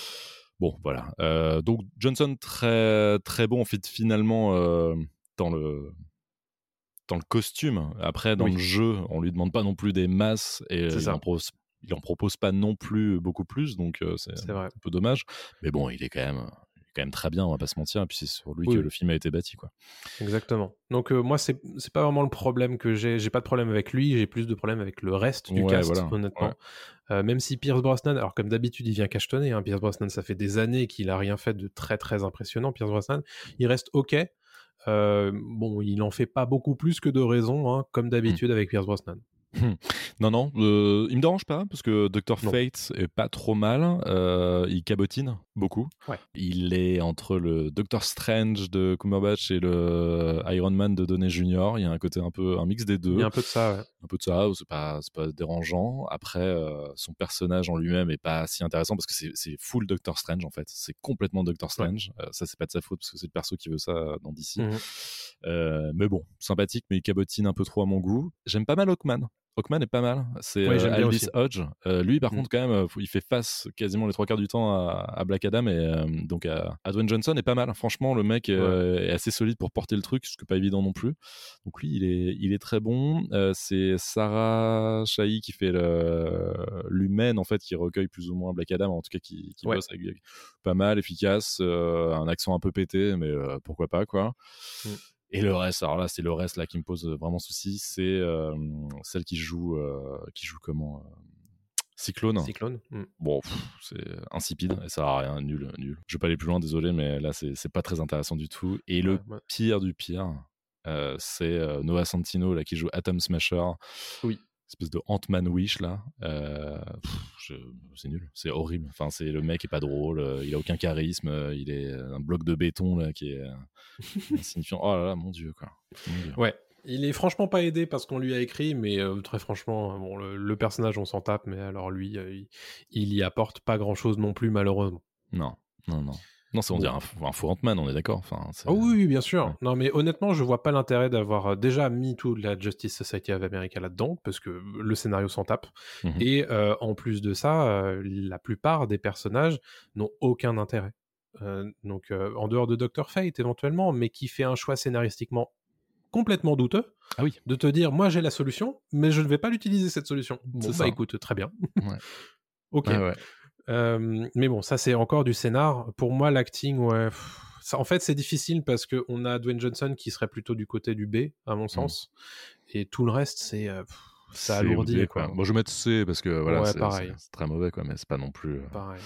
Bon, voilà. Euh, donc Johnson très très bon en fait finalement euh, dans le dans le costume. Après, dans Oui. le jeu, on lui demande pas non plus des masses et C'est il ça. en, propose, il en propose pas non plus beaucoup plus, donc euh, c'est, C'est vrai. un peu dommage. Mais bon, il est quand même, il est quand même très bien, on va pas se mentir. Et puis c'est sur lui Oui. que le film a été bâti, quoi. Exactement. Donc euh, moi, c'est c'est pas vraiment le problème que j'ai. J'ai pas de problème avec lui, j'ai plus de problème avec le reste du Ouais, cast, voilà. honnêtement. Ouais. Euh, même si Pierce Brosnan, alors comme d'habitude, il vient cachetonner. Hein, Pierce Brosnan, ça fait des années qu'il a rien fait de très très impressionnant. Pierce Brosnan, il reste ok. Euh, bon, il en fait pas beaucoup plus que de raison, hein, comme d'habitude avec Pierce Brosnan. Non, non, euh, il me dérange pas parce que docteur Non. Fate est pas trop mal. Euh, il cabotine beaucoup. Ouais. Il est entre le Doctor Strange de Cumberbatch et le Iron Man de Downey junior Il y a un côté un peu un mix des deux. Il y a un peu de ça, ouais. Un peu de ça, c'est pas, c'est pas dérangeant. Après, euh, son personnage en lui-même est pas si intéressant parce que c'est, c'est full Doctor Strange en fait. C'est complètement Doctor Strange. Ouais. Euh, ça, c'est pas de sa faute parce que c'est le perso qui veut ça dans D C. Mmh. Euh, mais bon, sympathique, mais il cabotine un peu trop à mon goût. J'aime pas mal Hawkman. Hawkman est pas mal. C'est ouais, euh, Aldis Hodge. Euh, lui, par mmh. contre, quand même, il fait face quasiment les trois quarts du temps à, à Black Adam et euh, donc à, à Dwayne Johnson est pas mal. Franchement, le mec euh, ouais. est assez solide pour porter le truc, ce qui n'est pas évident non plus. Donc lui, il est, il est très bon. Euh, c'est Sarah Shahi qui fait le, l'humaine en fait, qui recueille plus ou moins Black Adam, en tout cas qui, qui ouais. bosse avec, pas mal, efficace, euh, un accent un peu pété, mais euh, pourquoi pas quoi. Mmh. Et le reste, alors là, c'est le reste là qui me pose vraiment souci, c'est euh, celle qui joue, euh, qui joue comment euh, Cyclone. Cyclone. Mm. Bon, pff, c'est insipide, et ça sert à rien, nul, nul. Je vais pas aller plus loin, désolé, mais là, c'est, c'est pas très intéressant du tout. Et ouais, le ouais. pire du pire, euh, c'est euh, Noah Centineo là qui joue Atom Smasher. Oui. Espèce de Ant-Man Wish là, euh, pff, je, c'est nul, c'est horrible. Enfin, c'est le mec est pas drôle, euh, il a aucun charisme, euh, il est un bloc de béton là qui est euh, insignifiant. Oh là là, mon dieu quoi. Mon dieu. Ouais, il est franchement pas aidé parce qu'on lui a écrit, mais euh, très franchement, bon, le, le personnage on s'en tape, mais alors lui, euh, il, il y apporte pas grand chose non plus malheureusement. Non, non, non. Non, c'est on dirait un, un faux Ant-Man, on est d'accord. Enfin, c'est... Oh oui, oui, bien sûr. Ouais. Non, mais honnêtement, je vois pas l'intérêt d'avoir déjà mis tout la Justice Society of America là-dedans, parce que le scénario s'en tape. Mm-hmm. Et euh, en plus de ça, euh, la plupart des personnages n'ont aucun intérêt. Euh, donc, euh, en dehors de docteur Fate éventuellement, mais qui fait un choix scénaristiquement complètement douteux. Ah oui. De te dire, moi j'ai la solution, mais je ne vais pas l'utiliser cette solution. Bon, c'est bah ça. Écoute, très bien. Ouais. Ok. Ah ouais. Euh, mais bon, ça c'est encore du scénar. Pour moi, l'acting, ouais. Pff, ça, en fait, c'est difficile parce qu'on a Dwayne Johnson qui serait plutôt du côté du B, à mon sens. Mmh. Et tout le reste, c'est. Euh, pff, ça alourdit. B, quoi. Bon, je vais mettre C parce que voilà, ouais, c'est, pareil. C'est, c'est très mauvais, quoi, mais c'est pas non plus. Euh... Pareil.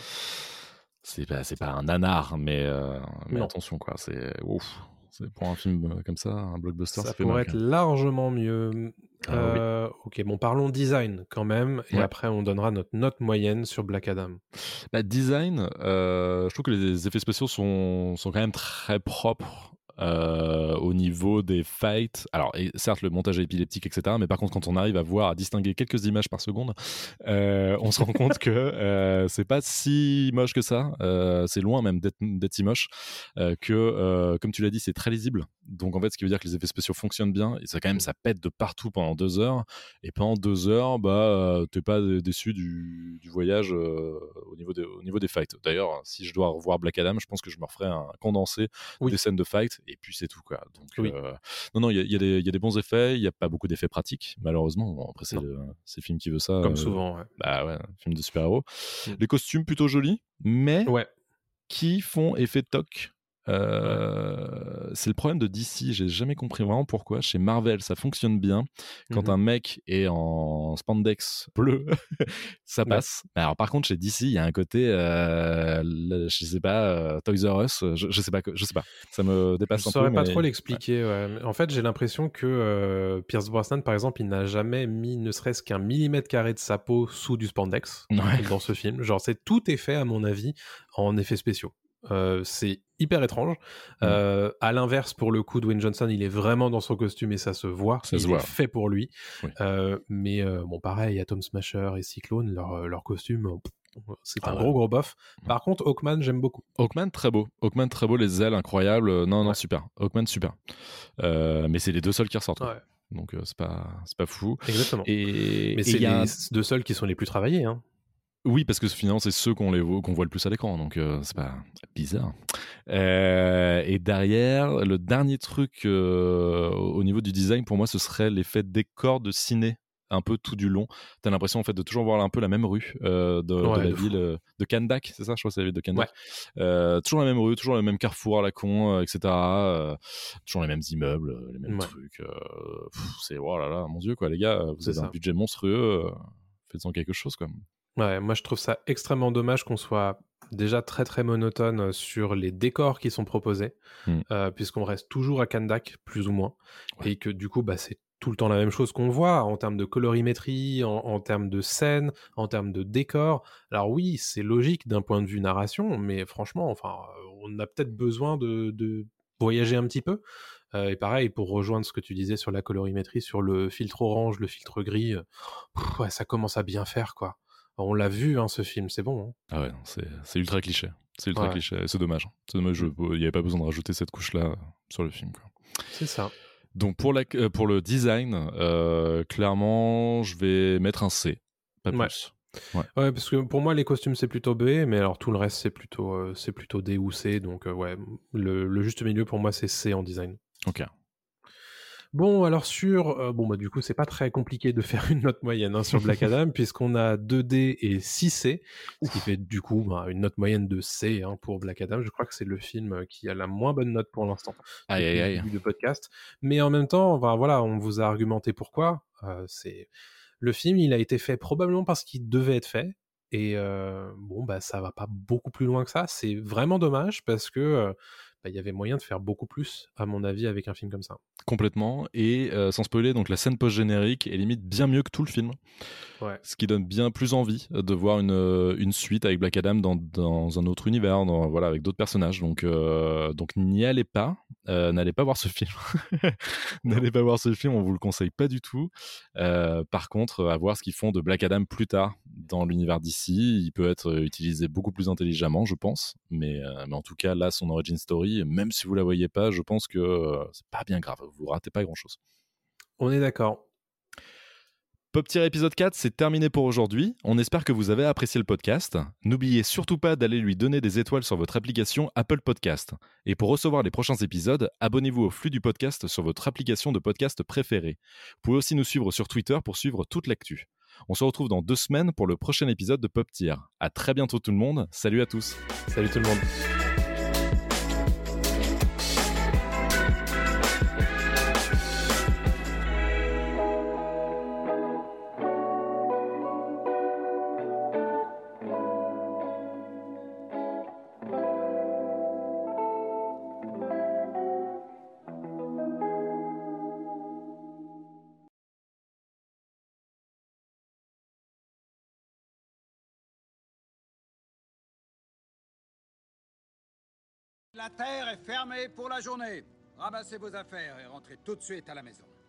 C'est pas, c'est pas un nanar, mais, euh, mais non. attention, quoi. C'est ouf. C'est pour un film comme ça, un blockbuster, ça, ça pourrait fait être largement mieux. Ah, euh, oui. Ok, bon, parlons design quand même, et ouais. après on donnera notre note moyenne sur Black Adam. Bah, design, euh, je trouve que les effets spéciaux sont, sont quand même très propres. Euh, au niveau des fights, alors et certes le montage est épileptique etc, mais par contre quand on arrive à voir, à distinguer quelques images par seconde, euh, on se rend compte que euh, c'est pas si moche que ça, euh, c'est loin même d'être, d'être si moche, euh, que euh, comme tu l'as dit c'est très lisible, donc en fait ce qui veut dire que les effets spéciaux fonctionnent bien, et ça quand même ça pète de partout pendant deux heures, et pendant deux heures bah euh, t'es pas déçu du, du voyage euh, au, niveau de, au niveau des fights. D'ailleurs si je dois revoir Black Adam, je pense que je me referai un condensé oui. des scènes de fight, et puis c'est tout quoi. Donc oui. euh, non non il y, y, y a des bons effets, il y a pas beaucoup d'effets pratiques malheureusement. Bon, après c'est le, c'est le film qui veut ça. Comme euh, souvent. Ouais. Bah ouais, film de super-héros. Mm. Les costumes plutôt jolis, mais ouais. qui font effet toc. Euh, ouais. C'est le problème de D C, j'ai jamais compris vraiment pourquoi. Chez Marvel, ça fonctionne bien. Quand mm-hmm. un mec est en spandex bleu, ça passe. Ouais. Alors par contre, chez D C, il y a un côté, euh, le, je sais pas, euh, Toys R Us, je, je sais pas, je sais pas. Ça me dépasse je un peu. Je saurais pas mais... trop l'expliquer. Ouais. Ouais. En fait, j'ai l'impression que euh, Pierce Brosnan, par exemple, il n'a jamais mis ne serait-ce qu'un millimètre carré de sa peau sous du spandex ouais. dans ce film. Genre, c'est tout est fait à mon avis en effets spéciaux. Euh, c'est hyper étrange. Mmh. Euh, à l'inverse, pour le coup, Dwayne Johnson, il est vraiment dans son costume et ça se voit. Ça il se est voit. fait pour lui. Oui. Euh, mais euh, bon, pareil, Atom Smasher et Cyclone, leur, leur costume, c'est un ah, gros ouais. gros bof. Par contre, Hawkman, j'aime beaucoup. Hawkman, très beau. Hawkman, très beau, les ailes incroyables. Non, non, ouais. super. Hawkman, super. Euh, mais c'est les deux seuls qui ressortent. Ouais. Donc euh, c'est pas c'est pas fou. Exactement. Et mais et c'est y a les un... deux seuls qui sont les plus travaillés. Hein. Oui, parce que finalement, c'est ceux qu'on les voit, qu'on voit le plus à l'écran, donc euh, c'est pas bizarre. Euh, et derrière, le dernier truc euh, au niveau du design, pour moi, ce serait l'effet décor de ciné, un peu tout du long. T'as l'impression en fait de toujours voir un peu la même rue euh, de, Ouais, de la de ville fou. euh, de Kandak, c'est ça, je crois que c'est la ville de Kandak. Ouais. Euh, toujours la même rue, toujours le même carrefour à la con, euh, et cetera. Euh, toujours les mêmes immeubles, euh, les mêmes Ouais. trucs. Euh, pff, c'est oh là là, mon Dieu quoi, les gars, vous C'est avez ça. un budget monstrueux, euh, faites-en quelque chose quoi. Ouais, moi je trouve ça extrêmement dommage qu'on soit déjà très très monotone sur les décors qui sont proposés, Mm. euh, puisqu'on reste toujours à Kandak, plus ou moins, Ouais. et que du coup, bah, c'est tout le temps la même chose qu'on voit en termes de colorimétrie, en, en termes de scène, en termes de décor. Alors oui, c'est logique d'un point de vue narration, mais franchement, enfin, on a peut-être besoin de, de voyager un petit peu. Euh, et pareil, pour rejoindre ce que tu disais sur la colorimétrie, sur le filtre orange, le filtre gris, euh, pff, ouais, ça commence à bien faire, quoi. On l'a vu, hein, ce film, c'est bon. Hein. Ah ouais, c'est, c'est ultra cliché. C'est ultra Ouais. cliché. Et c'est dommage. C'est dommage, Mm. il n'y avait pas besoin de rajouter cette couche-là euh, sur le film. Quoi. C'est ça. Donc pour, la, euh, pour le design, euh, clairement, je vais mettre un C. Pas Ouais. plus. Ouais. Ouais, parce que pour moi, les costumes, c'est plutôt B, mais alors tout le reste, c'est plutôt, euh, c'est plutôt D ou C. Donc, euh, ouais, le, le juste milieu, pour moi, c'est C en design. Ok. Bon, alors sur... Euh, bon, bah du coup, c'est pas très compliqué de faire une note moyenne hein, sur Black Adam, puisqu'on a deux D et six C, ce qui fait du coup bah, une note moyenne de C hein, pour Black Adam. Je crois que c'est le film qui a la moins bonne note pour l'instant, Aïe, depuis aïe, le aïe. début de podcast. Mais en même temps, bah, voilà, on vous a argumenté pourquoi. Euh, c'est... Le film, il a été fait probablement parce qu'il devait être fait, et euh, bon, bah ça va pas beaucoup plus loin que ça. C'est vraiment dommage, parce que... Euh, il y avait moyen de faire beaucoup plus, à mon avis, avec un film comme ça. Complètement. Et euh, sans spoiler, donc la scène post-générique est limite bien mieux que tout le film. Ouais. Ce qui donne bien plus envie de voir une, une suite avec Black Adam dans, dans un autre univers, dans, voilà, avec d'autres personnages. Donc, euh, donc n'y allez pas. Euh, n'allez pas voir ce film. N'allez pas voir ce film, on vous le conseille pas du tout. Euh, par contre, à voir ce qu'ils font de Black Adam plus tard dans l'univers d'ici. Il peut être utilisé beaucoup plus intelligemment, je pense. Mais, euh, mais en tout cas, là, son origin story, même si vous la voyez pas, je pense que euh, c'est pas bien grave. Vous ratez pas grand-chose. On est d'accord. Pop-épisode quatre, c'est terminé pour aujourd'hui. On espère que vous avez apprécié le podcast. N'oubliez surtout pas d'aller lui donner des étoiles sur votre application Apple Podcast. Et pour recevoir les prochains épisodes, abonnez-vous au flux du podcast sur votre application de podcast préférée. Vous pouvez aussi nous suivre sur Twitter pour suivre toute l'actu. On se retrouve dans deux semaines pour le prochain épisode de Pop Tier. À très bientôt tout le monde. Salut à tous. Salut tout le monde. La terre est fermée pour la journée. Ramassez vos affaires et rentrez tout de suite à la maison.